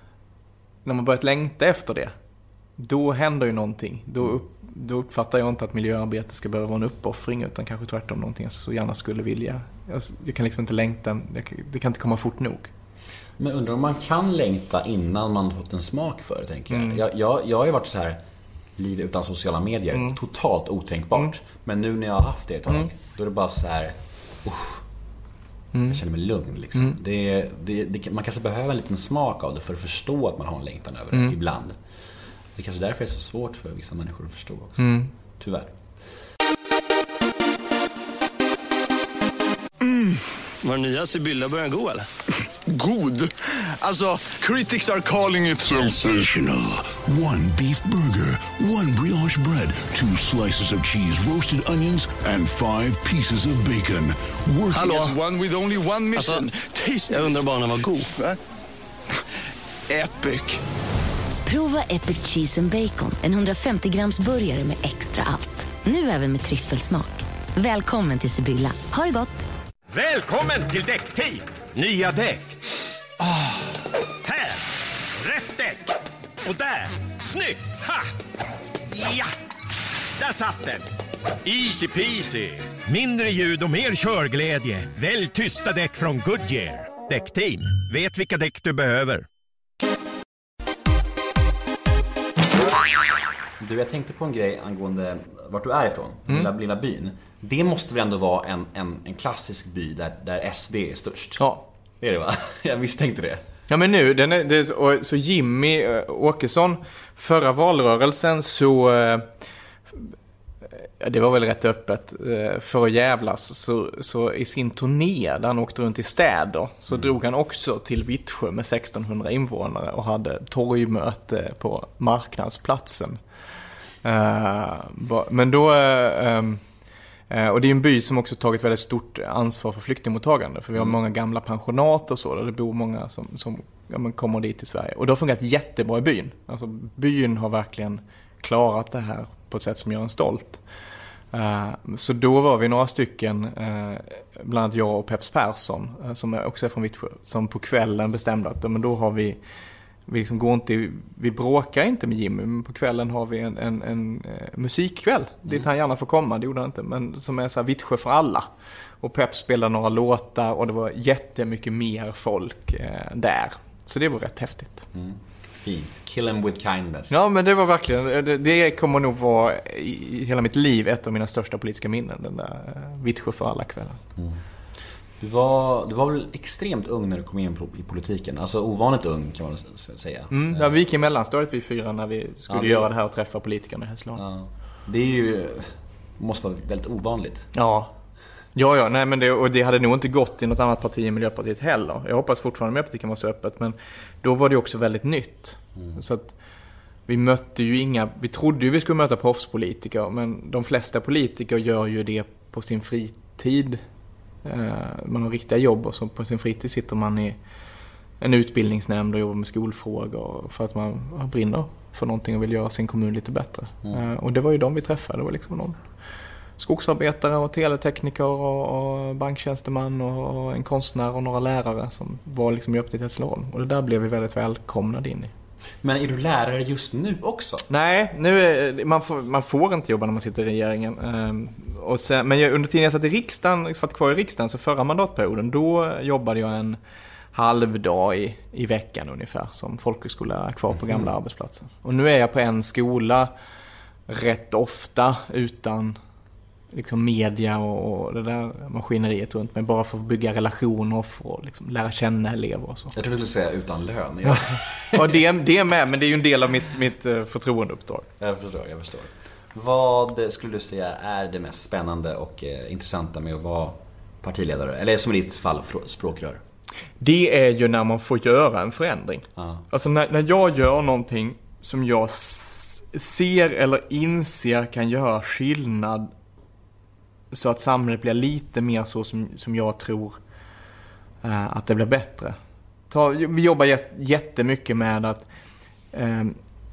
när man börjat längta efter det, då händer ju någonting. Då, upp, då uppfattar jag inte att miljöarbete ska behöva vara en uppoffring, utan kanske tvärtom någonting jag så gärna skulle vilja. Jag, jag kan liksom inte längta, det kan inte komma fort nog. Men undrar om man kan längta innan man fått en smak för det, tänker jag. Mm. Jag, jag, jag har ju varit så här, liv utan sociala medier, mm. totalt otänkbart. Mm. Men nu när jag har haft det ett tag, mm. då är det bara så här, usch. Mm. Jag känner mig lugn liksom. Mm. det, det, det, man kanske behöver en liten smak av det för att förstå att man har en längtan över det, mm. ibland. Det är kanske därför det är så svårt för vissa människor att förstå också. Mm. Tyvärr. Mm. Var nya Sibylla börjar gå, eller? God. Alltså, critics are calling it sensational. One beef burger, one brioche bread, two slices of cheese, roasted onions, and five pieces of bacon. Working Hallå? As one with only one mission. Alltså, taste jag undrar bara när den var god. Va? Epic. Prova Epic Cheese and Bacon, en hundrafemtio grams burgare med extra allt. Nu även med tryffelsmak. Välkommen till Sibylla. Ha det gott! Välkommen till Däckteam! Nya däck. Oh. Här! Rätt däck! Och där! Snyggt! Ha! Ja! Där satt den! Easy peasy! Mindre ljud och mer körglädje. Välj tysta däck från Goodyear. Däckteam. Vet vilka däck du behöver. Du, jag tänkte på en grej angående vart du är ifrån, mm. lilla, lilla byn. Det måste väl ändå vara en, en, en klassisk by där, där S D är störst. Ja. Det är det, va? Jag misstänkte det. Ja, men nu, den är, det, och, så Jimmy äh, Åkesson, förra valrörelsen så... Äh, det var väl rätt öppet äh, för att jävlas. Så, så i sin turné där han åkte runt i städer så mm. drog han också till Vittsjö med sextonhundra invånare och hade torgmöte på marknadsplatsen. Uh, men då uh, um, uh, och det är en by som också tagit väldigt stort ansvar för flyktingmottagande, för vi har mm. många gamla pensionat och så där det bor många som, som ja, men kommer dit till Sverige, och det har fungerat jättebra i byn. Alltså, byn har verkligen klarat det här på ett sätt som gör en stolt. Uh, så då var vi några stycken, uh, bland annat jag och Peps Persson, uh, som är också är från Vittsjö, som på kvällen bestämde att men då har vi Vi, liksom går inte, vi bråkar inte med Jimmy, men på kvällen har vi en, en, en eh, musikkväll mm. dit han gärna får komma, det gjorde han inte, men som är så här Vittsjö för alla. Och Pep spelade några låtar och det var jättemycket mer folk eh, där. Så det var rätt häftigt. Mm. Fint. Kill them with kindness. Ja, men det var verkligen, det, det kommer nog vara i hela mitt liv ett av mina största politiska minnen, den där Vittsjö för alla kvällar. Mm. Du var, du var väl extremt ung när du kom in i politiken. Alltså ovanligt ung kan man säga. Mm, ja, vi gick i mellanstadiet vi fyra när vi skulle ja, det... göra det här och träffa politikerna i Hässleholm. Ja. Det är ju, måste vara väldigt ovanligt. Ja, ja, ja nej, men det, och det hade nog inte gått i något annat parti än Miljöpartiet heller. Jag hoppas fortfarande Miljöpartiet kan vara så öppet, men då var det också väldigt nytt. Mm. Så att vi mötte ju inga, vi trodde ju vi skulle möta proffspolitiker, men de flesta politiker gör ju det på sin fritid. Man har riktiga jobb och så på sin fritid sitter man i en utbildningsnämnd och jobbar med skolfrågor för att man brinner för någonting och vill göra sin kommun lite bättre. Mm. Och det var ju de vi träffade. Det var liksom någon skogsarbetare och teletekniker och, och banktjänsteman och, och en konstnär och några lärare som var liksom Miljöpartiet i Hässleholm. Och det där blev vi väldigt välkomnade in i. Men är du lärare just nu också? Nej, nu är, man, får, man får inte jobba när man sitter i regeringen. Um, och sen, men jag, under tiden jag satt, i riksdagen, satt kvar i riksdagen, så förra mandatperioden, då jobbade jag en halvdag i, i veckan ungefär som folkhögskola kvar på gamla mm. arbetsplatser. Och nu är jag på en skola rätt ofta utan liksom media och, och det där maskineriet runt mig, bara för att bygga relationer och för att liksom lära känna elever och så. Jag tror du skulle säga utan lön. Ja, ja det, det är med, men det är ju en del av mitt, mitt förtroendeuppdrag. Jag förstår, jag förstår. Vad skulle du säga är det mest spännande och eh, intressanta med att vara partiledare? Eller som i ditt fall, språkrör? Det är ju när man får göra en förändring. Ah. Alltså när, när jag gör någonting som jag s- ser eller inser kan göra skillnad så att samhället blir lite mer så som, som jag tror eh, att det blir bättre. Ta, vi jobbar jättemycket med att eh,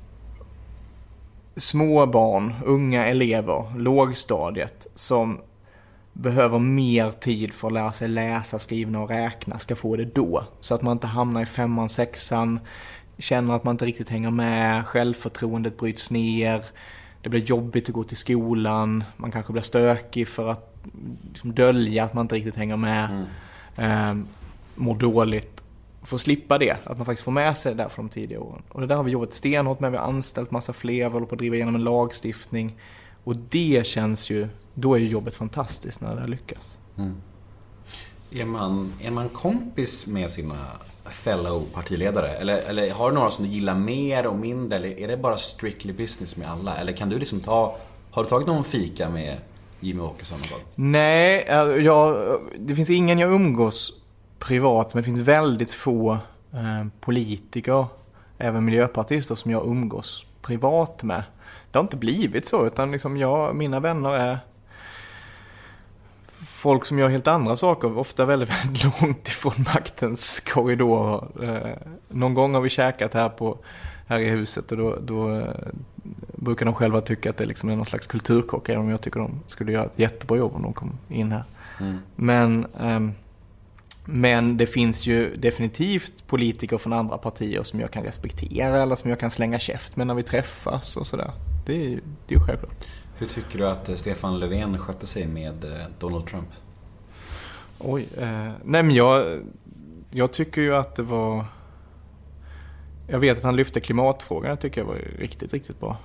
små barn, unga elever, lågstadiet som behöver mer tid för att lära sig läsa, skriva och räkna ska få det då. Så att man inte hamnar i femman, sexan, känner att man inte riktigt hänger med, självförtroendet bryts ner, det blir jobbigt att gå till skolan, man kanske blir stökig för att liksom dölja att man inte riktigt hänger med, mm. eh, mår dåligt. För att slippa det, att man faktiskt får med sig det där från de tidiga åren. Och det där har vi jobbat stenhårt med, vi har anställt massa fler, vi håller på att driva igenom en lagstiftning. Och det känns ju, då är ju jobbet fantastiskt när det här lyckas. Mm. Är man, är man kompis med sina fellow partiledare? Eller, eller har du några som du gillar mer och mindre? Eller är det bara strictly business med alla? Eller kan du liksom ta, har du tagit någon fika med Jimmie Åkesson någon gång? Nej, jag, det finns ingen jag umgås privat, men det finns väldigt få eh, politiker, även miljöpartister, som jag umgås privat med. Det har inte blivit så, utan liksom jag, mina vänner är folk som gör helt andra saker, ofta väldigt, väldigt långt ifrån maktens korridorer. Eh, någon gång har vi käkat här, på, här i huset och då, då eh, brukar de själva tycka att det liksom är någon slags kulturkock, även om jag tycker de skulle göra ett jättebra jobb om de kom in här. Mm. Men, eh, men det finns ju definitivt politiker från andra partier som jag kan respektera eller som jag kan slänga käft med när vi träffas och sådär. Det är ju det är självklart. Hur tycker du att Stefan Löfven skötte sig med Donald Trump? Oj, eh, nej men jag, jag tycker ju att det var... Jag vet att han lyfte klimatfrågan, jag tycker jag var riktigt, riktigt bra.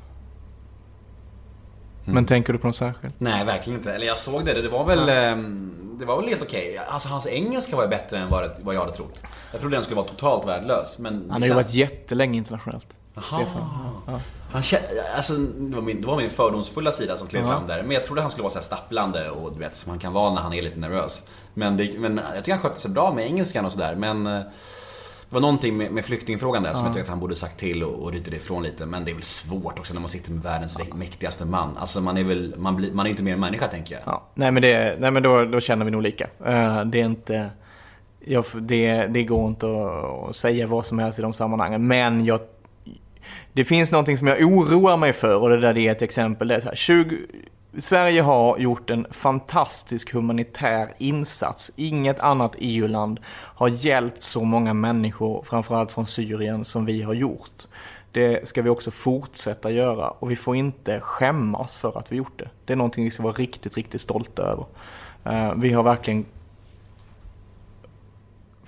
Mm. Men tänker du på något särskilt? Nej, verkligen inte. Eller jag såg det, det var väl, det var väl helt okej. Alltså hans engelska var bättre än vad, vad jag hade trott. Jag trodde den skulle vara totalt värdelös. Men han har ju känns... varit jättelänge internationellt. Jaha. Ja. Han, alltså, det, var min, det var min fördomsfulla sida som klev fram där. Men jag trodde han skulle vara så här stapplande och du vet, som han kan vara när han är lite nervös. Men, det, men jag tycker han skötte sig bra med engelskan och sådär. Men det var någonting med, med flyktingfrågan där ja. som jag tycker att han borde sagt till och, och ryta ifrån lite. Men det är väl svårt också när man sitter med världens ja. mäktigaste man. Alltså man är väl, man, blir, man är inte mer en människa, tänker jag. Ja. Nej men, det, nej, men då, då känner vi nog lika. Uh, det är inte... Jag, det, det går inte att, att säga vad som helst i de sammanhangen. Men jag det finns någonting som jag oroar mig för, och det där är ett exempel. Det är så här, tjugo, Sverige har gjort en fantastisk humanitär insats. Inget annat E U-land har hjälpt så många människor, framförallt från Syrien, som vi har gjort. Det ska vi också fortsätta göra, och vi får inte skämmas för att vi gjort det. Det är någonting vi ska vara riktigt, riktigt stolta över. Uh, vi har verkligen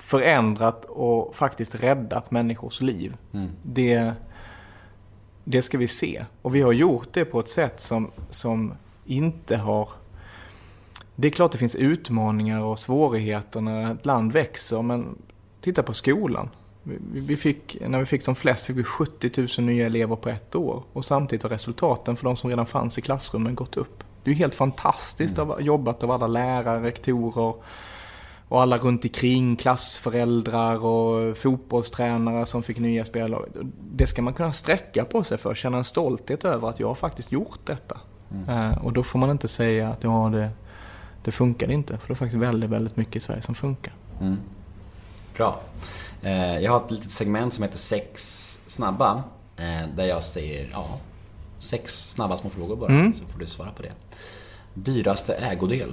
förändrat och faktiskt räddat människors liv. Mm. Det, det ska vi se. Och vi har gjort det på ett sätt som, som inte har... Det är klart det finns utmaningar och svårigheter när ett land växer, men titta på skolan. Vi, vi fick, när vi fick som flest fick vi sjuttio tusen nya elever på ett år. Och samtidigt har resultaten för de som redan fanns i klassrummen gått upp. Det är ju helt fantastiskt mm. att jobbat av alla lärare, rektorer och alla runt omkring, klassföräldrar och fotbollstränare som fick nya spelare. Det ska man kunna sträcka på sig för, känna en stolthet över att jag har faktiskt gjort detta. Mm. Uh, och då får man inte säga att ja, det, det funkar inte, för det är faktiskt väldigt, väldigt mycket i Sverige som funkar. Mm. Bra. Uh, jag har ett litet segment som heter sex snabba, uh, där jag säger ja, sex snabba små frågor bara, mm. så får du svara på det. Dyraste ägodel?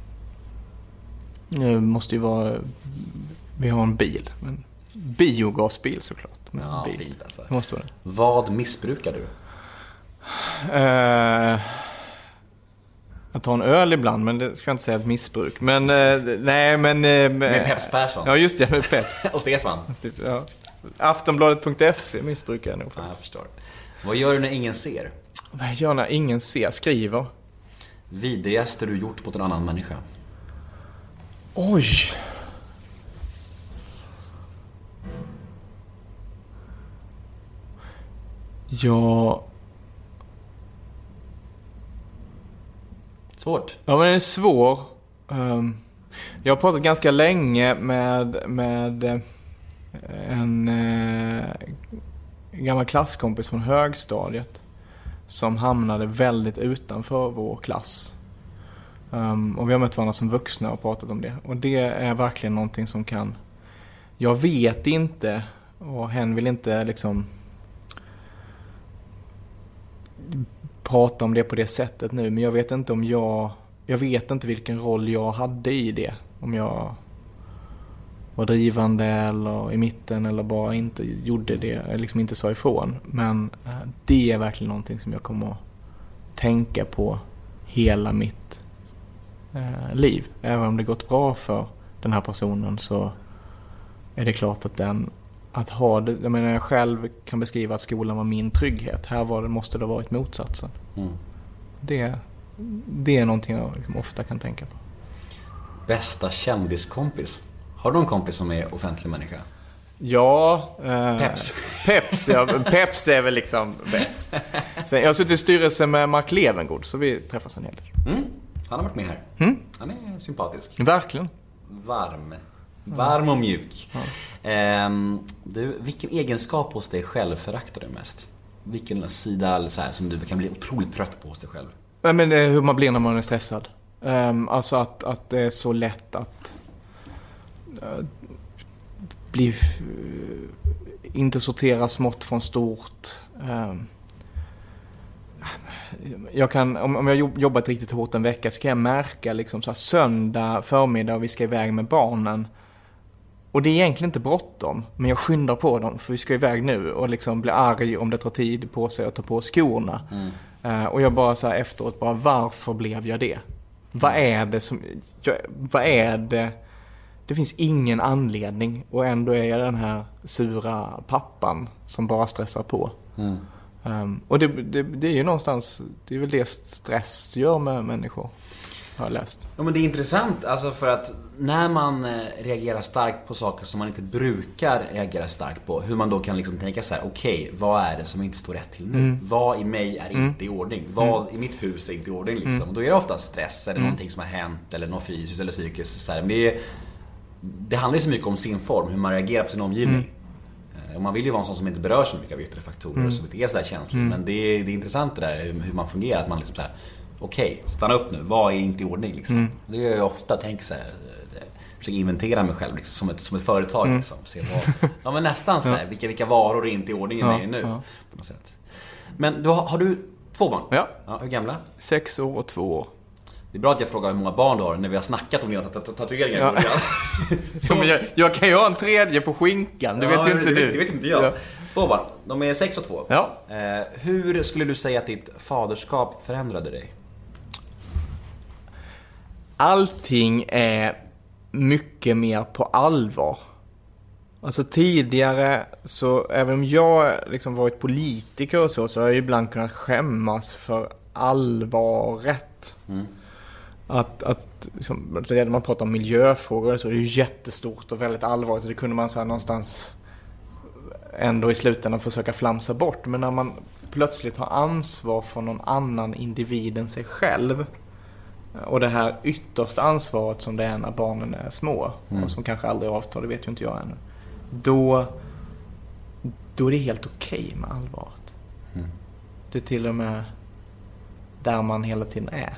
Det måste ju vara... Vi har en bil. En biogasbil såklart. Men ja, bil. fint alltså. Det måste vara det. Vad missbrukar du? Uh, jag tar en öl ibland, men det ska jag inte säga ett missbruk. Men uh, nej, men... Uh, med Peps Persson? Ja, just det, med Peps. Och Stefan? Ja. Aftonbladet punkt se missbrukar jag nog faktiskt. Ja, jag förstår. Vad gör du när ingen ser? Vad jag gör när ingen ser? Skriver. Vidrigaste du gjort mot en annan människa? Oj. Ja. Svårt. Ja, men det är svår. Um, jag har pratat ganska länge med med en uh, gammal klasskompis från högstadiet som hamnade väldigt utanför vår klass. Um, och vi har mött varandra som vuxna och pratat om det. Och det är verkligen någonting som kan... Jag vet inte, och hen vill inte liksom prata om det på det sättet nu. Men jag vet inte om jag... Jag vet inte vilken roll jag hade i det. Om jag var drivande eller i mitten eller bara inte gjorde det. Eller liksom inte sa ifrån. Men uh, det är verkligen någonting som jag kommer att tänka på hela mitt eh, liv. Även om det gått bra för den här personen, så är det klart att den att ha det, jag menar, jag själv kan beskriva att skolan var min trygghet. Här var det, måste det ha varit motsatsen. Mm. Det, det är någonting jag liksom ofta kan tänka på. Bästa kändiskompis? Har du någon kompis som är offentlig människa? Ja, eh, Peps. Peps, ja, Peps är väl liksom bäst. Sen, jag har suttit i styrelsen med Mark Levengood, så vi träffas en hel del. Mm. Han har varit med här. Mm. Han är sympatisk. Verkligen. Varm. Varm och mjuk. Ja. Ehm, du, vilken egenskap hos dig själv föraktar du mest? Vilken sida så här, som du kan bli otroligt trött på hos dig själv? Ja, men det är hur man blir när man är stressad. Um, alltså att, att det är så lätt att uh, bli uh, inte sortera smått från stort. Um, jag kan, om, om jag jobbat riktigt hårt en vecka, så kan jag märka liksom så här, söndag förmiddag och vi ska iväg med barnen. Och det är egentligen inte bråttom, men jag skyndar på dem för vi ska iväg nu, och liksom blir arg om det tar tid på sig att ta på skorna. Mm. Uh, och jag bara så här efteråt, bara varför blev jag det? Vad är det som... Jag, vad är det... Det finns ingen anledning, och ändå är jag den här sura pappan som bara stressar på. Mm. Um, och det, det, det är ju någonstans... Det är väl det stress gör med människor, har jag läst. Ja, men det är intressant, alltså, för att när man reagerar starkt på saker som man inte brukar reagera starkt på, hur man då kan liksom tänka så här: okej, okay, vad är det som inte står rätt till nu? Mm. Vad i mig är mm. inte i ordning? Vad mm. i mitt hus är inte i ordning liksom? Mm. Och då är det ofta stress eller mm. någonting som har hänt, eller något fysiskt eller psykiskt så här. Men det, är, det handlar ju så mycket om sin form, hur man reagerar på sin omgivning. Mm. Och man vill ju vara en sån som inte berör så mycket av yttre faktorer, mm. som inte är så där känslig. Mm. Men det är, det är intressant det där, hur man fungerar, att man liksom så här: okej, okay, stanna upp nu, vad är inte i ordning liksom? Mm. Det gör jag ofta, tänker så här, försöka inventera mig själv liksom, som, ett, som ett företag mm. liksom. Se vad, ja, men nästan så här, vilka, vilka varor är inte i ordning ja, nu ja. På något sätt. Men du, har, har du två barn? Ja. Ja. Hur gamla? Sex år och två år. Det är bra att jag frågar hur många barn du har när vi har snackat om dina tatueringar. Ja. Som jag, jag kan ju ha en tredje på skinkan, det ja, vet ju inte det, du. Det vet inte jag. Ja. Två barn, de är sex och två. Ja. Eh, hur skulle du säga att ditt faderskap förändrade dig? Allting är mycket mer på allvar. Alltså tidigare, så även om jag liksom varit politiker och så, så har jag ibland kunnat skämmas för allvaret. Mm. Att, att liksom, när man pratar om miljöfrågor så är det ju jättestort och väldigt allvarligt. Och det kunde man så här någonstans ändå i slutändan försöka flamsa bort. Men när man plötsligt har ansvar för någon annan individ än sig själv, och det här yttersta ansvaret som det är när barnen är små, mm. och som kanske aldrig avtar, det vet ju inte jag ännu. Då, då är det helt okej med allvaret. Mm. Det är till och med där man hela tiden är.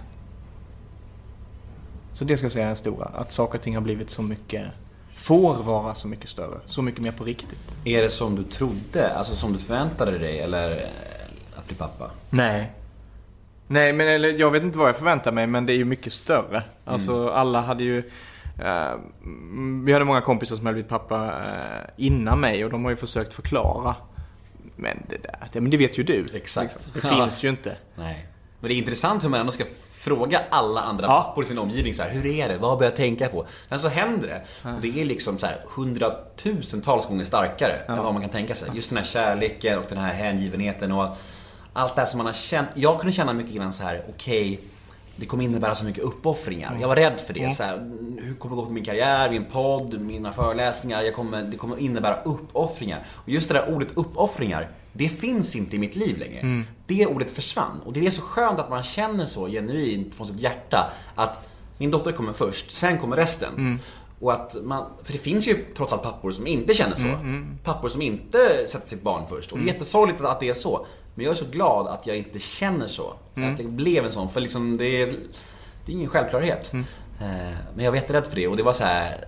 Så det ska jag säga är den stora. Att saker och ting har blivit så mycket, får vara så mycket större. Så mycket mer på riktigt. Är det som du trodde? Alltså som du förväntade dig? Eller att bli pappa? Nej. Nej, men eller, jag vet inte vad jag förväntar mig. Men det är ju mycket större. Alltså mm. alla hade ju... Uh, vi hade många kompisar som hade blivit pappa uh, innan mig. Och de har ju försökt förklara. Men det där, det, men det vet ju du. Exakt. Liksom. Det ja. finns ju inte. Nej. Men det är intressant hur man ändå ska fråga alla andra ja. pappor i sin omgivning så här, hur är det? Vad börjar jag tänka på? Sen så händer det. Ja. Och det är liksom så här hundratusentals gånger starkare ja. än vad man kan tänka sig. Just den här kärleken och den här hängivenheten och allt det här som man har känt. Jag kunde känna mycket grann så här, okej, okay, det kommer innebära så mycket uppoffringar. Jag var rädd för det. Mm. Så här, hur kommer det gå för min karriär, min podd, mina föreläsningar? Jag kommer, det kommer innebära uppoffringar. Och just det där ordet uppoffringar, det finns inte i mitt liv längre. Mm. Det ordet försvann. Och det är så skönt att man känner så genuint från sitt hjärta att min dotter kommer först, sen kommer resten. Mm. Och att man, för det finns ju trots allt pappor som inte känner så. Mm, mm. Pappor som inte sätter sitt barn först. Och det är mm. jättesorgligt att det är så. Men jag är så glad att jag inte känner så. Mm. Att det blev en sån. För liksom det är, det är ingen självklarhet. Mm. Men jag var jätterädd för det. Och det var så här,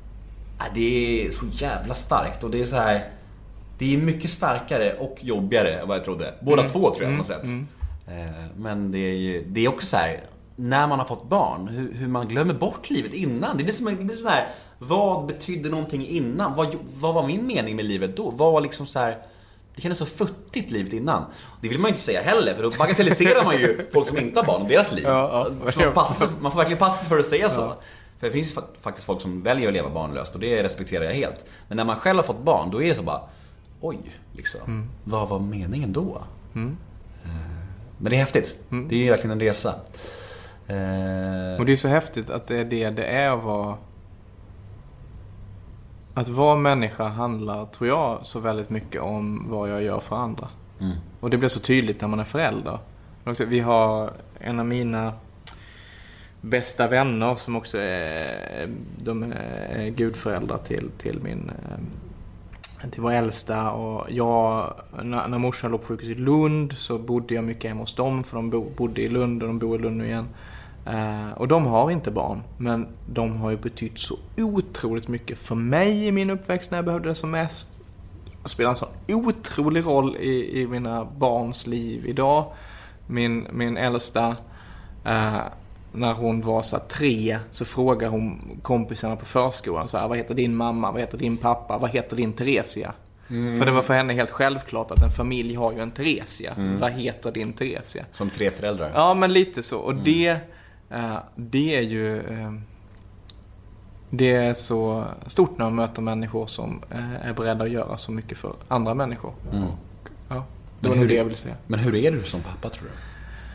det är så jävla starkt. Och det är så här, det är mycket starkare och jobbigare än vad jag trodde. Båda mm. två tror jag på något sätt. Mm. Men det är, ju, det är också så här, när man har fått barn, hur, hur man glömmer bort livet innan. Det blir som, det blir som så här, vad betydde någonting innan? Vad, vad var min mening med livet då? Vad var liksom så här, det kändes så futtigt livet innan. Det vill man ju inte säga heller, för då bagatelliserar man ju folk som inte har barn och deras liv. Ja, ja. Så man, får passa sig, man får verkligen passa sig för att säga så. Ja. För det finns faktiskt folk som väljer att leva barnlöst, och det respekterar jag helt. Men när man själv har fått barn, då är det så bara, oj, liksom, mm. vad var meningen då? Mm. Men det är häftigt. Mm. Det är verkligen en resa. Och det är så häftigt att det är det det är att vara, att vara människa handlar, tror jag, så väldigt mycket om vad jag gör för andra. Mm. Och det blir så tydligt när man är förälder. Vi har en av mina bästa vänner som också är, de är gudföräldrar till, till min till vår äldsta. Och jag, när, när morsan låg på sjukhus i Lund, så bodde jag mycket hemma hos dem, för de bodde i Lund och de bor i Lund nu igen. Uh, och de har inte barn, men de har ju betytt så otroligt mycket för mig i min uppväxt när jag behövde det som mest. Jag spelar en sån otrolig roll i, i mina barns liv idag. Min, min äldsta, uh, när hon var så tre, så frågar hon kompisarna på förskolan så här, vad heter din mamma, vad heter din pappa, vad heter din Teresia? Mm. För det var för henne helt självklart att en familj har ju en Teresia. Mm. Vad heter din Teresia? Som tre föräldrar. Ja, men lite så. Och mm. det Uh, det är ju uh, det är så stort när man möter människor som uh, är beredda att göra så mycket för andra människor. Mm. Och, ja, det var nog det jag ville säga. Men hur är du som pappa, tror du?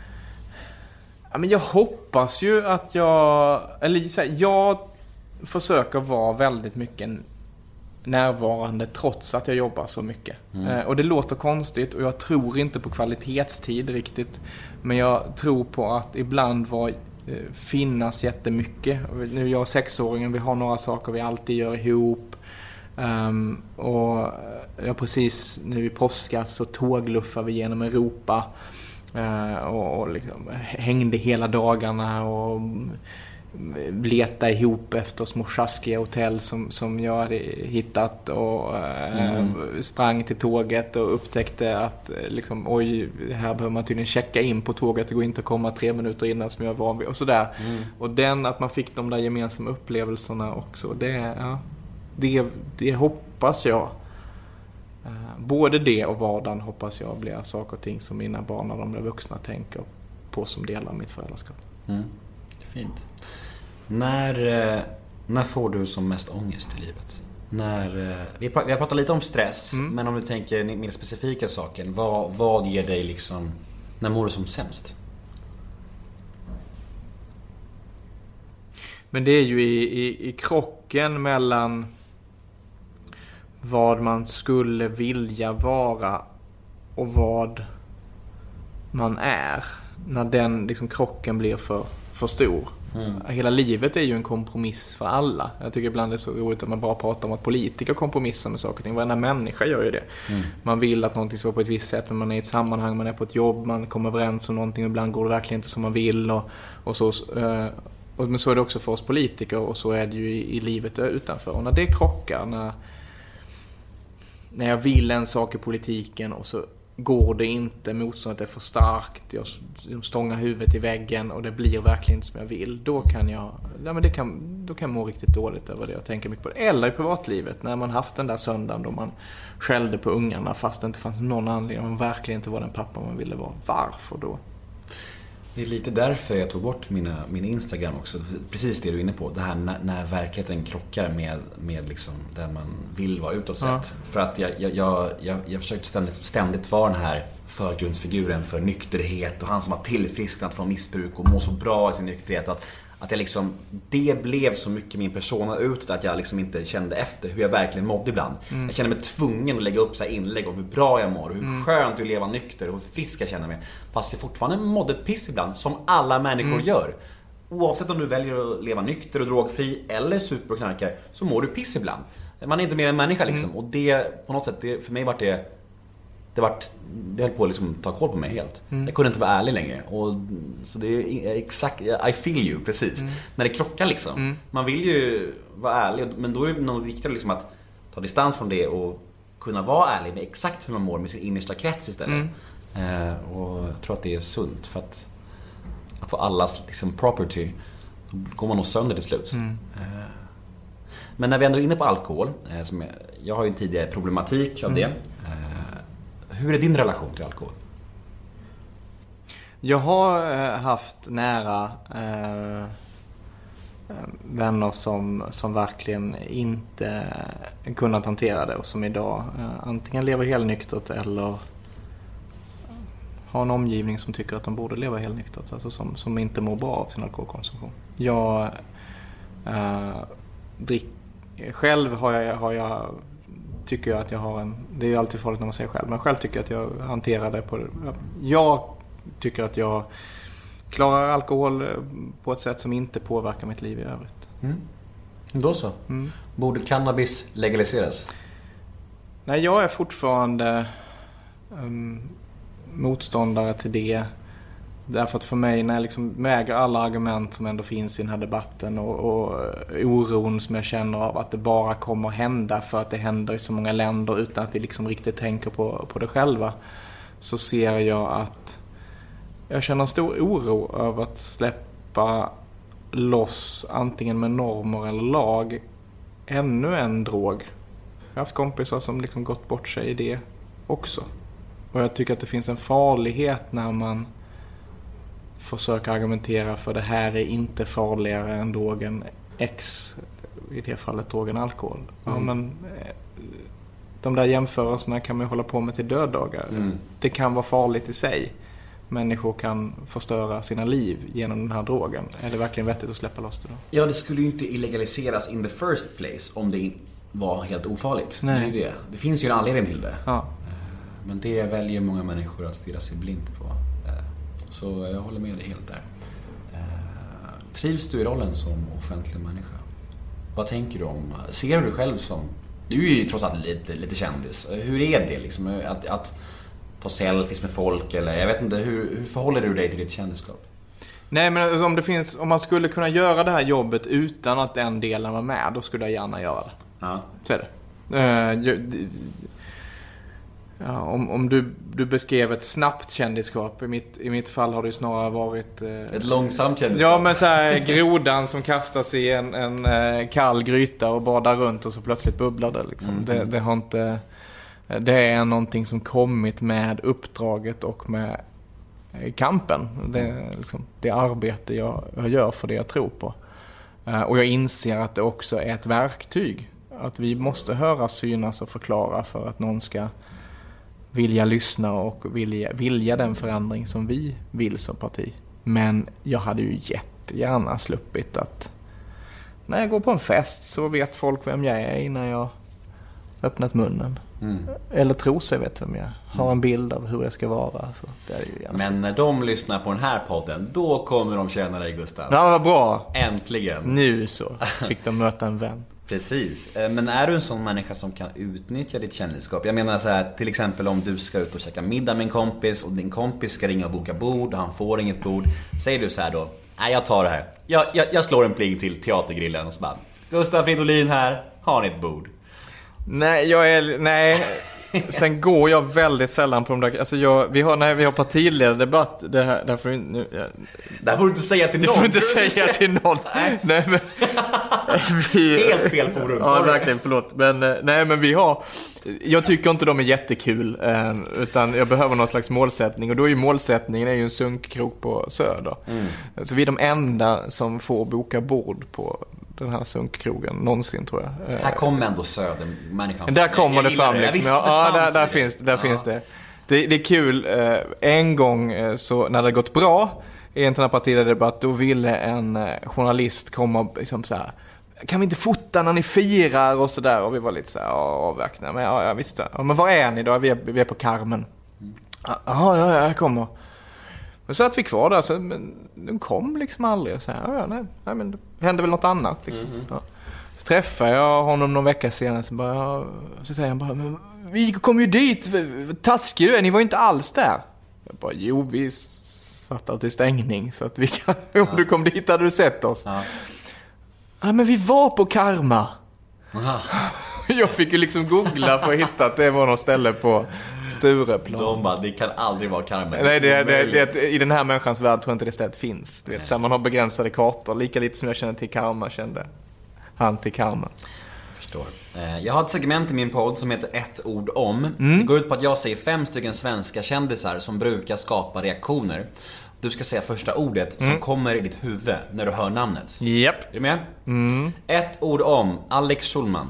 Ja, men jag hoppas ju att jag, eller så här, jag försöker vara väldigt mycket närvarande trots att jag jobbar så mycket. Mm. Uh, och det låter konstigt, och jag tror inte på kvalitetstid riktigt. Men jag tror på att ibland vara finnas jättemycket. Nu är jag sexåringen, vi har några saker vi alltid gör ihop. Um, och jag precis nu i påskas så tågluffar vi genom Europa. Uh, och och liksom, hängde hela dagarna och leta ihop efter små sjaskiga hotell som, som jag hade hittat, och uh, mm. sprang till tåget och upptäckte att liksom, oj, här behöver man tydligen checka in på tåget, det går inte att komma tre minuter innan som jag var van vid, och sådär. Mm. Och den, att man fick de där gemensamma upplevelserna också, det, ja, det, det hoppas jag. Uh, både det och vardagen hoppas jag blir saker och ting som mina barn när de blir vuxna tänker på som delar av mitt föräldraskap. Mm. Fint. När, när får du som mest ångest i livet? När, vi, har, vi har pratat lite om stress, Mm. men om du tänker mer specifika saker, vad, vad ger dig liksom, när mår du som sämst? Men det är ju i, i, i krocken mellan vad man skulle vilja vara och vad man är. När den liksom, krocken blir för, för stor. Mm. Hela livet är ju en kompromiss för alla. Jag tycker ibland det är så roligt att man bara pratar om att politiker kompromissar med saker och ting. Varenda människa gör ju det. Mm. Man vill att någonting ska vara på ett visst sätt, men man är i ett sammanhang, man är på ett jobb, man kommer överens om någonting, och ibland går det verkligen inte som man vill. Och, och så, och, men så är det också för oss politiker, och så är det ju i, i livet utanför. Och när det krockar, när, när jag vill en sak i politiken och så går det inte, motståndet är för starkt, jag stångar huvudet i väggen och det blir verkligen inte som jag vill, då kan jag, ja, men det kan, då kan jag må riktigt dåligt över det och tänka mycket på det. Eller i privatlivet, när man haft den där söndagen då man skällde på ungarna fast det inte fanns någon anledning, man verkligen inte var den pappa man ville vara. Varför då? Det är lite därför jag tog bort mina, min Instagram också. Precis det du är inne på. Det här när, när verkligheten krockar med, med liksom där man vill vara utåt sett. Ja. För att jag, jag, jag, jag, jag försökte ständigt, ständigt vara den här förgrundsfiguren för nykterhet. Och han som har tillfrisknat från missbruk och mår så bra i sin nykterhet. Att, att jag liksom, det blev så mycket min persona utåt att jag liksom inte kände efter hur jag verkligen mådde ibland. Mm. Jag kände mig tvungen att lägga upp så här inlägg om hur bra jag mår, hur mm. skönt det är att leva nykter och hur frisk jag känner mig. Fast jag fortfarande mådde piss ibland, som alla människor mm. gör. Oavsett om du väljer att leva nykter och drogfri eller super och knarkar, så mår du piss ibland. Man är inte mer än människa liksom. Mm. Och det, på något sätt, det, för mig var det Det, var, det höll på att liksom ta koll på mig helt. Mm. Jag kunde inte vara ärlig längre. Och, så det är exakt, I feel you, precis. Mm. När det krockar liksom. Mm. Man vill ju vara ärlig, men då är det nog viktigare liksom att ta distans från det och kunna vara ärlig med exakt hur man mår med sin innersta krets istället. Mm. Eh, och jag tror att det är sunt, för att, att få allas liksom, property, då går man nog sönder till slut. Mm. Eh, men när vi ändå är inne på alkohol, eh, som jag, jag har ju en tidigare problematik av mm. det. Hur är din relation till alkohol? Jag har eh, haft nära eh, vänner som, som verkligen inte kunnat hantera det och som idag eh, antingen lever helnyktert eller har en omgivning som tycker att de borde leva helnyktert, alltså som, som inte mår bra av sin alkoholkonsumtion. Jag eh, drick, själv har jag, har jag tycker jag att jag har en, det är ju alltid farligt när man säger själv, men själv tycker jag att jag hanterar det på, jag tycker att jag klarar alkohol på ett sätt som inte påverkar mitt liv i övrigt. Mm. Då så. Mm. Borde cannabis legaliseras? Nej, jag är fortfarande um, motståndare till det. Därför att för mig, när jag liksom väger alla argument som ändå finns i den här debatten och, och oron som jag känner av att det bara kommer hända för att det händer i så många länder utan att vi liksom riktigt tänker på, på det själva, så ser jag att jag känner en stor oro över att släppa loss antingen med normer eller lag ännu en drog. Jag har haft kompisar som liksom gått bort sig i det också. Och jag tycker att det finns en farlighet när man försöka argumentera för det här är inte farligare än drogen X, i det fallet drogen alkohol. Mm. Ja, men de där jämförelserna kan man hålla på med till döddagar. Mm. Det kan vara farligt i sig. Människor kan förstöra sina liv genom den här drogen. Är det verkligen vettigt att släppa loss det då? Ja, det skulle ju inte illegaliseras in the first place om det var helt ofarligt. Nej. Det är det. Det finns ju en anledning till det. Ja. Men det väljer många människor att stirra sig blint på. Så jag håller med dig helt där. Trivs du i rollen som offentlig människa? Vad tänker du om? Ser du dig själv som... Du är ju trots allt lite, lite kändis. Hur är det liksom? Att, att ta selfies med folk? Eller jag vet inte, hur, hur förhåller du dig till ditt kändisskap? Nej, men om, det finns, om man skulle kunna göra det här jobbet utan att den delen var med, då skulle jag gärna göra det. Ja. Så är det. Uh, Ja, om om du, du beskrev ett snabbt kändisskap, i mitt, i mitt fall har det snarare varit... Eh, ett långsamt kändisskap? Ja, men så här, grodan som kastas i en, en eh, kall gryta och badar runt och så plötsligt bubblar det. Liksom. Mm. Det, det har inte... Det är någonting som kommit med uppdraget och med eh, kampen. Det, liksom, det arbete jag, jag gör för det jag tror på. Eh, och jag inser att det också är ett verktyg att vi måste höra, synas och förklara för att någon ska vilja lyssna och vilja, vilja den förändring som vi vill som parti. Men jag hade ju jättegärna sluppit att när jag går på en fest så vet folk vem jag är innan jag öppnat munnen. Mm. Eller tror sig vet vem jag är. Har en bild av hur jag ska vara. Så det är ju Men när de lyssnar på den här podden, då kommer de känna dig, Gustav. Ja, vad bra. Äntligen. Nu så fick de möta en vän. Precis, men är du en sån människa som kan utnyttja ditt kändisskap? Jag menar så här, till exempel om du ska ut och käka middag med en kompis och din kompis ska ringa och boka bord och han får inget bord. Säger du så här då: nej, jag tar det här. Jag, jag, jag slår en pling till Teatergrillen och så bara: Gustav Fridolin här, har ni ett bord? Nej, jag är... Nej... Sen går jag väldigt sällan på de där... Alltså jag, vi har, när vi har partiledardebatt, det här, därför nu, jag, det här får du inte säga till någon. Du får inte säga till någon. Nej, men... Vi, helt fel forum. Ja, verkligen, förlåt. Men, nej, men vi har... Jag tycker inte de är jättekul, utan jag behöver någon slags målsättning. Och då är ju målsättningen är ju en sunkkrok på Söder. Mm. Så vi är de enda som får boka bord på den här sunkkrogen någonsin, tror jag. Här kommer ändå Söder, människan. Där kommer det fram liksom. Ja, ja, där, där finns det, där ja. finns det. det. Det är kul. En gång så när det gått bra i en sån här partiledardebatt, då ville en journalist komma och liksom så här: kan vi inte fota när ni firar och så där? Och vi var lite så här, ja, verkligen. Men ja, jag visste. Ja, men var är ni då? Vi är, vi är på Carmen. Ja, ja, ja, jag kommer. Men så att vi kvar där, så men de kom liksom aldrig och så här, ja, nej, nej, men det hände väl något annat liksom. Mm-hmm. Ja. Så träffade jag honom någon vecka senare, så bara, ja, så säger han bara: men vi kom ju dit, taskig du är, ni var ju inte alls där. Jag bara, jo, vi satt där till stängning, så att vi kan, ja. Om du kom dit hade du sett oss. Ja, ja, men vi var på Karma. Aha. Jag fick ju liksom googla för att hitta att det var något ställe på Stureplan. De bara, det kan aldrig vara Karma. Nej, det, det, det, det, i den här människans värld tror jag inte det stället finns. Du vet, så här, man har begränsade kartor. Lika lite som jag känner till Karma kände han till Karma. Jag förstår. Jag har ett segment i min podd som heter Ett ord om. Mm. Det går ut på att jag säger fem stycken svenska kändisar som brukar skapa reaktioner. Du ska säga första ordet mm. som kommer i ditt huvud när du hör namnet. Japp. Är du med? Mm. Ett ord om Alex Schulman.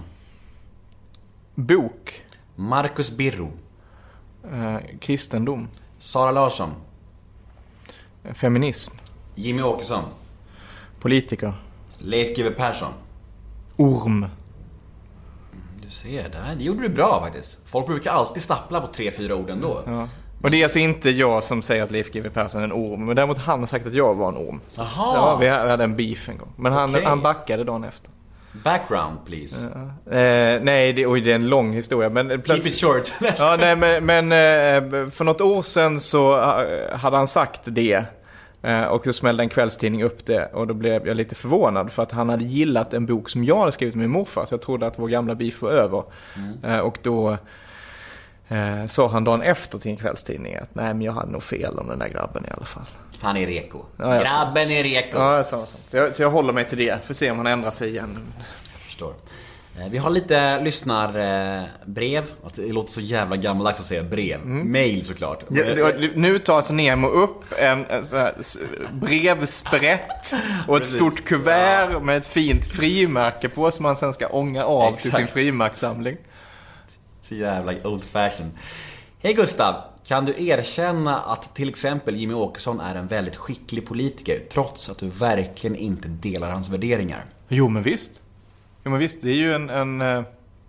Bok. Marcus Birro. eh, Kristendom. Sara Larsson. Feminism. Jimmy Åkesson. Politiker. Leif G W Persson. Orm. Du ser, det, det gjorde du bra faktiskt. Folk brukar alltid stappla på tre, fyra ord ändå. Ja. Och det är alltså inte jag som säger att Leif G W Persson är en orm, men däremot han har sagt att jag var en orm. Jaha. Ja, vi hade en beef en gång. Men han, okay. han backade dagen efter. Background, please. Ja. Eh, nej, det, oj, det är en lång historia. Men Keep it short. Ja, nej, men, men eh, för något år sedan så hade han sagt det. Eh, och så smällde en kvällstidning upp det. Och då blev jag lite förvånad. För att han hade gillat en bok som jag hade skrivit med min morfar. Så jag trodde att vår gamla beef var över. Mm. Eh, och då eh, sa han dagen efter till en kvällstidning att nej, men jag hade nog fel om den där grabben i alla fall. Han är reko. Ja, jag Grabben är reko. Ja, jag sa så. Så jag, så jag håller mig till det. För att se om han ändrar sig igen. Jag förstår. Vi har lite lyssnarbrev. Det låter så jävla gammaldags att säga brev. Mm. Mail såklart. Ja, nu tar alltså Nemo upp en, en så här brevsprätt och ett stort kuvert med ett fint frimärke på som man sen ska ånga av Exakt. Till sin frimärkssamling. Så jävla old fashion. Hej Gustav, kan du erkänna att till exempel Jimmy Åkesson är en väldigt skicklig politiker trots att du verkligen inte delar hans värderingar? Jo, men visst. Jo, men visst, det är ju en... en uh,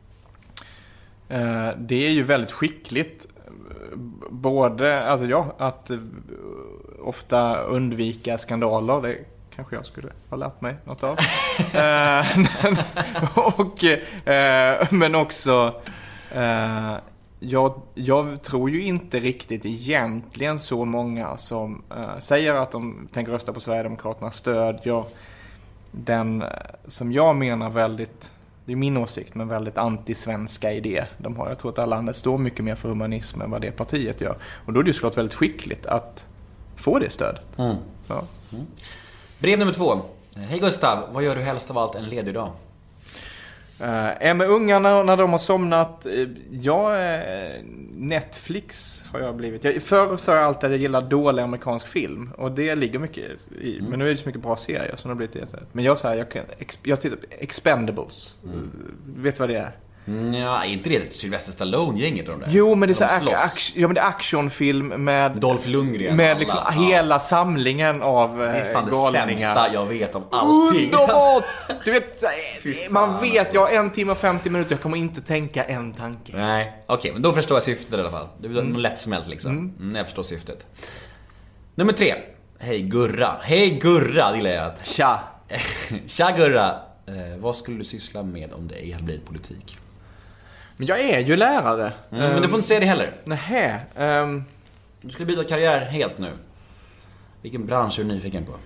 uh, det är ju väldigt skickligt. Både, alltså ja, att uh, ofta undvika skandaler. Det kanske jag skulle ha lärt mig något av. uh, och, uh, men också... Uh, jag, jag tror ju inte riktigt egentligen så många som uh, säger att de tänker rösta på Sverigedemokraterna stödjer den som jag menar väldigt, det är min åsikt, men väldigt antisvenska idé. De har, jag tror att det här landet står mycket mer för humanism än vad det partiet gör. Och då är det ju såklart väldigt skickligt att få det stöd. Mm. Ja. Mm. Brev nummer två. Hej Gustav, vad gör du helst av allt en ledig dag? Uh, är med ungarna när de har somnat. Uh, jag uh, Netflix har jag blivit. Jag, förr sa jag alltid att jag gillar dålig amerikansk film. Och det ligger mycket i. Mm. Men nu är det så mycket bra serier som det har blivit det. Men jag säger jag kan jag tittar på Expendables. Mm. Uh, vet vad det är? Ja, inte det Sylvester Stallone-gänget de där. Jo, men det är, de så ac- ja, men det är actionfilm med Dolph Lundgren. med alla, liksom ja. hela samlingen av galningar. Det är fan det sämsta jag vet om allting. Underbart! Du vet, man vet, jag har en timme och femtio minuter, jag kommer inte tänka en tanke. Nej, okej, okay, men då förstår jag syftet i alla fall. Det är mm. något lättsmält liksom. Mm. Mm, jag förstår syftet. Nummer tre. Hej Gurra. Hej Gurra, det gillar jag. Tja. Tja Gurra. Eh, vad skulle du syssla med om det ej hade blivit politik? Men jag är ju lärare. Mm, um, men du får inte säga det heller. Nähä. Um, du skulle byta karriär helt nu. Vilken bransch är du nyfiken på?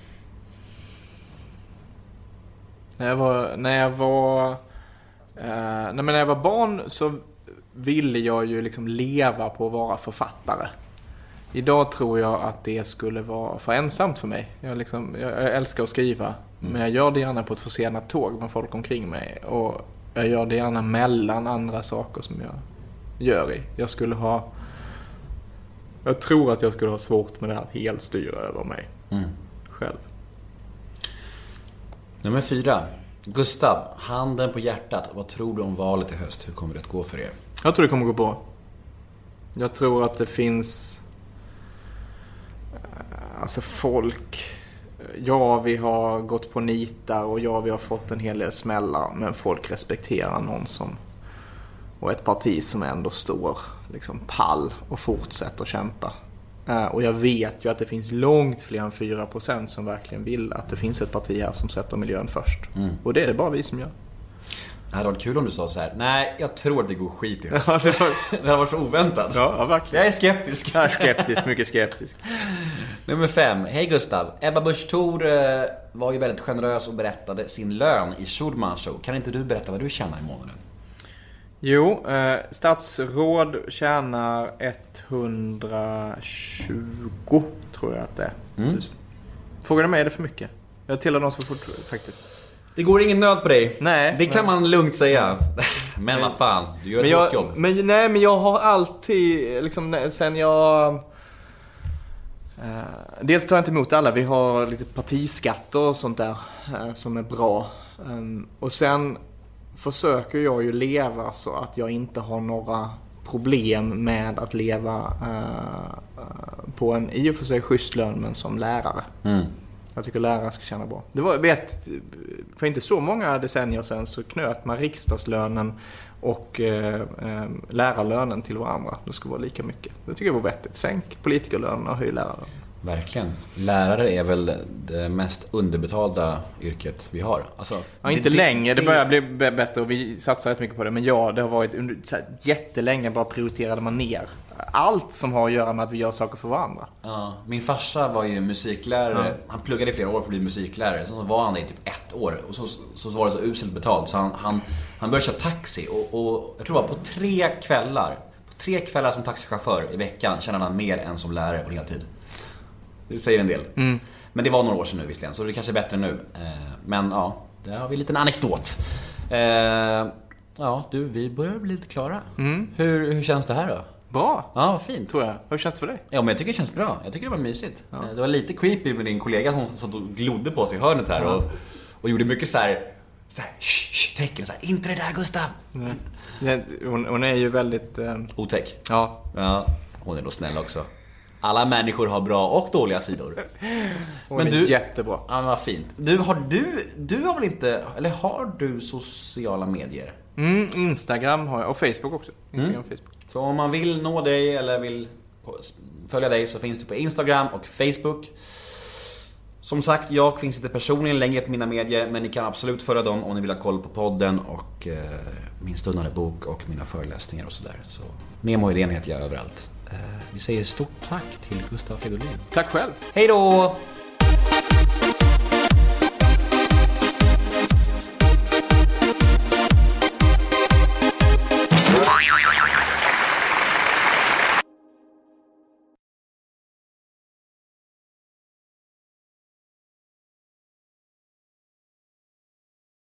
När jag var... När jag var, uh, nej, men när jag var barn så ville jag ju liksom leva på att vara författare. Idag tror jag att det skulle vara för ensamt för mig. Jag, liksom, jag älskar att skriva. Mm. Men jag gör det gärna på ett försenat tåg med folk omkring mig. Och jag gör det gärna mellan andra saker som jag gör i. Jag skulle ha... Jag tror att jag skulle ha svårt med det här att helt styra över mig. Mm. Själv. Nummer fyra. Gustav, handen på hjärtat. Vad tror du om valet i höst? Hur kommer det att gå för er? Jag tror det kommer gå bra. Jag tror att det finns... Alltså folk... Ja, vi har gått på nitar och ja, vi har fått en hel del smällar, men folk respekterar någon som och ett parti som ändå står liksom pall och fortsätter kämpa. Och jag vet ju att det finns långt fler än fyra procent som verkligen vill att det finns ett parti här som sätter miljön först. Mm. Och det är det bara vi som gör. Det hade varit kul om du sa så här: nej, jag tror att det går skit i höst. Ja, det, var... det hade varit så oväntat. Ja, ja, verkligen. Jag är skeptisk. Jag är skeptisk, mycket skeptisk. Nummer fem. Hej Gustav. Ebba Busch Thor eh, var ju väldigt generös och berättade sin lön i Schulman Show. Kan inte du berätta vad du tjänar i månaden? Jo, eh, statsråd tjänar etthundratjugo tror jag att det är. Mm. Frågar du mig, är det för mycket? Jag tillhör dem så fort faktiskt. Det går ingen nöd på dig. Nej. Det kan man lugnt säga. Men vad fan, du gör ett men jag, hårt jobb. Men, nej, men jag har alltid, liksom, sen jag... Eh, dels tar jag inte emot alla. Vi har lite partiskatter och sånt där eh, som är bra. Um, och sen försöker jag ju leva så att jag inte har några problem med att leva eh, på en i och för sig schysst lön, men som lärare. Mm. Jag tycker lärare ska känna bra. Det var, vet, för inte så många decennier sedan så knöt man riksdagslönen och eh, lärarlönen till varandra. Det skulle vara lika mycket. Det tycker jag var vettigt. Sänk politikerlönen och höj lärarlönen. Verkligen. Lärare är väl det mest underbetalda yrket vi har. Alltså, ja, inte det, länge. Det börjar bli bättre och vi satsar rätt mycket på det. Men ja, det har varit under, så här, jättelänge bara prioriterade man ner allt som har att göra med att vi gör saker för varandra. Ja, min farsa var ju musiklärare. Ja. Han pluggade i flera år för att bli musiklärare. Sen så var han det i typ ett år. Och så, så var det så uselt betalt. Så han, han, han började köra taxi. Och, och jag tror det var på tre kvällar. På tre kvällar som taxichaufför i veckan tjänade han mer än som lärare på heltid. Det säger en del. Mm. Men det var några år sedan nu visserligen. Så det kanske är bättre nu. Men ja, där har vi en liten anekdot. Ja, du, vi börjar bli lite klara. Mm. Hur, hur känns det här då? Bra. Ja, vad fint. Tror jag. Hur känns det för dig? Ja, men jag tycker det känns bra. Jag tycker det var mysigt. Ja. Det var lite creepy med din kollega som satt och glodde på sig i hörnet här. Ja. Och, och gjorde mycket så här, så här shh, shh, tecken. Så här, inte det där, Gustav. Ja, hon, hon är ju väldigt... Eh... Otäck. Ja. Ja. Hon är nog snäll också. Alla människor har bra och dåliga sidor. Hon men är du, jättebra. Ja, vad fint. Du, har du, du har väl inte... Eller har du sociala medier? Mm, Instagram har jag. Och Facebook också. Instagram mm. och Facebook. Så om man vill nå dig eller vill följa dig så finns det på Instagram och Facebook. Som sagt, jag finns inte personligen längre på mina medier, men ni kan absolut följa dem om ni vill ha koll på podden och eh, min stundande bok och mina föreläsningar och sådär. Så Nemo-idén heter jag överallt. Eh, vi säger stort tack till Gustav Fridolin. Tack själv. Hej då!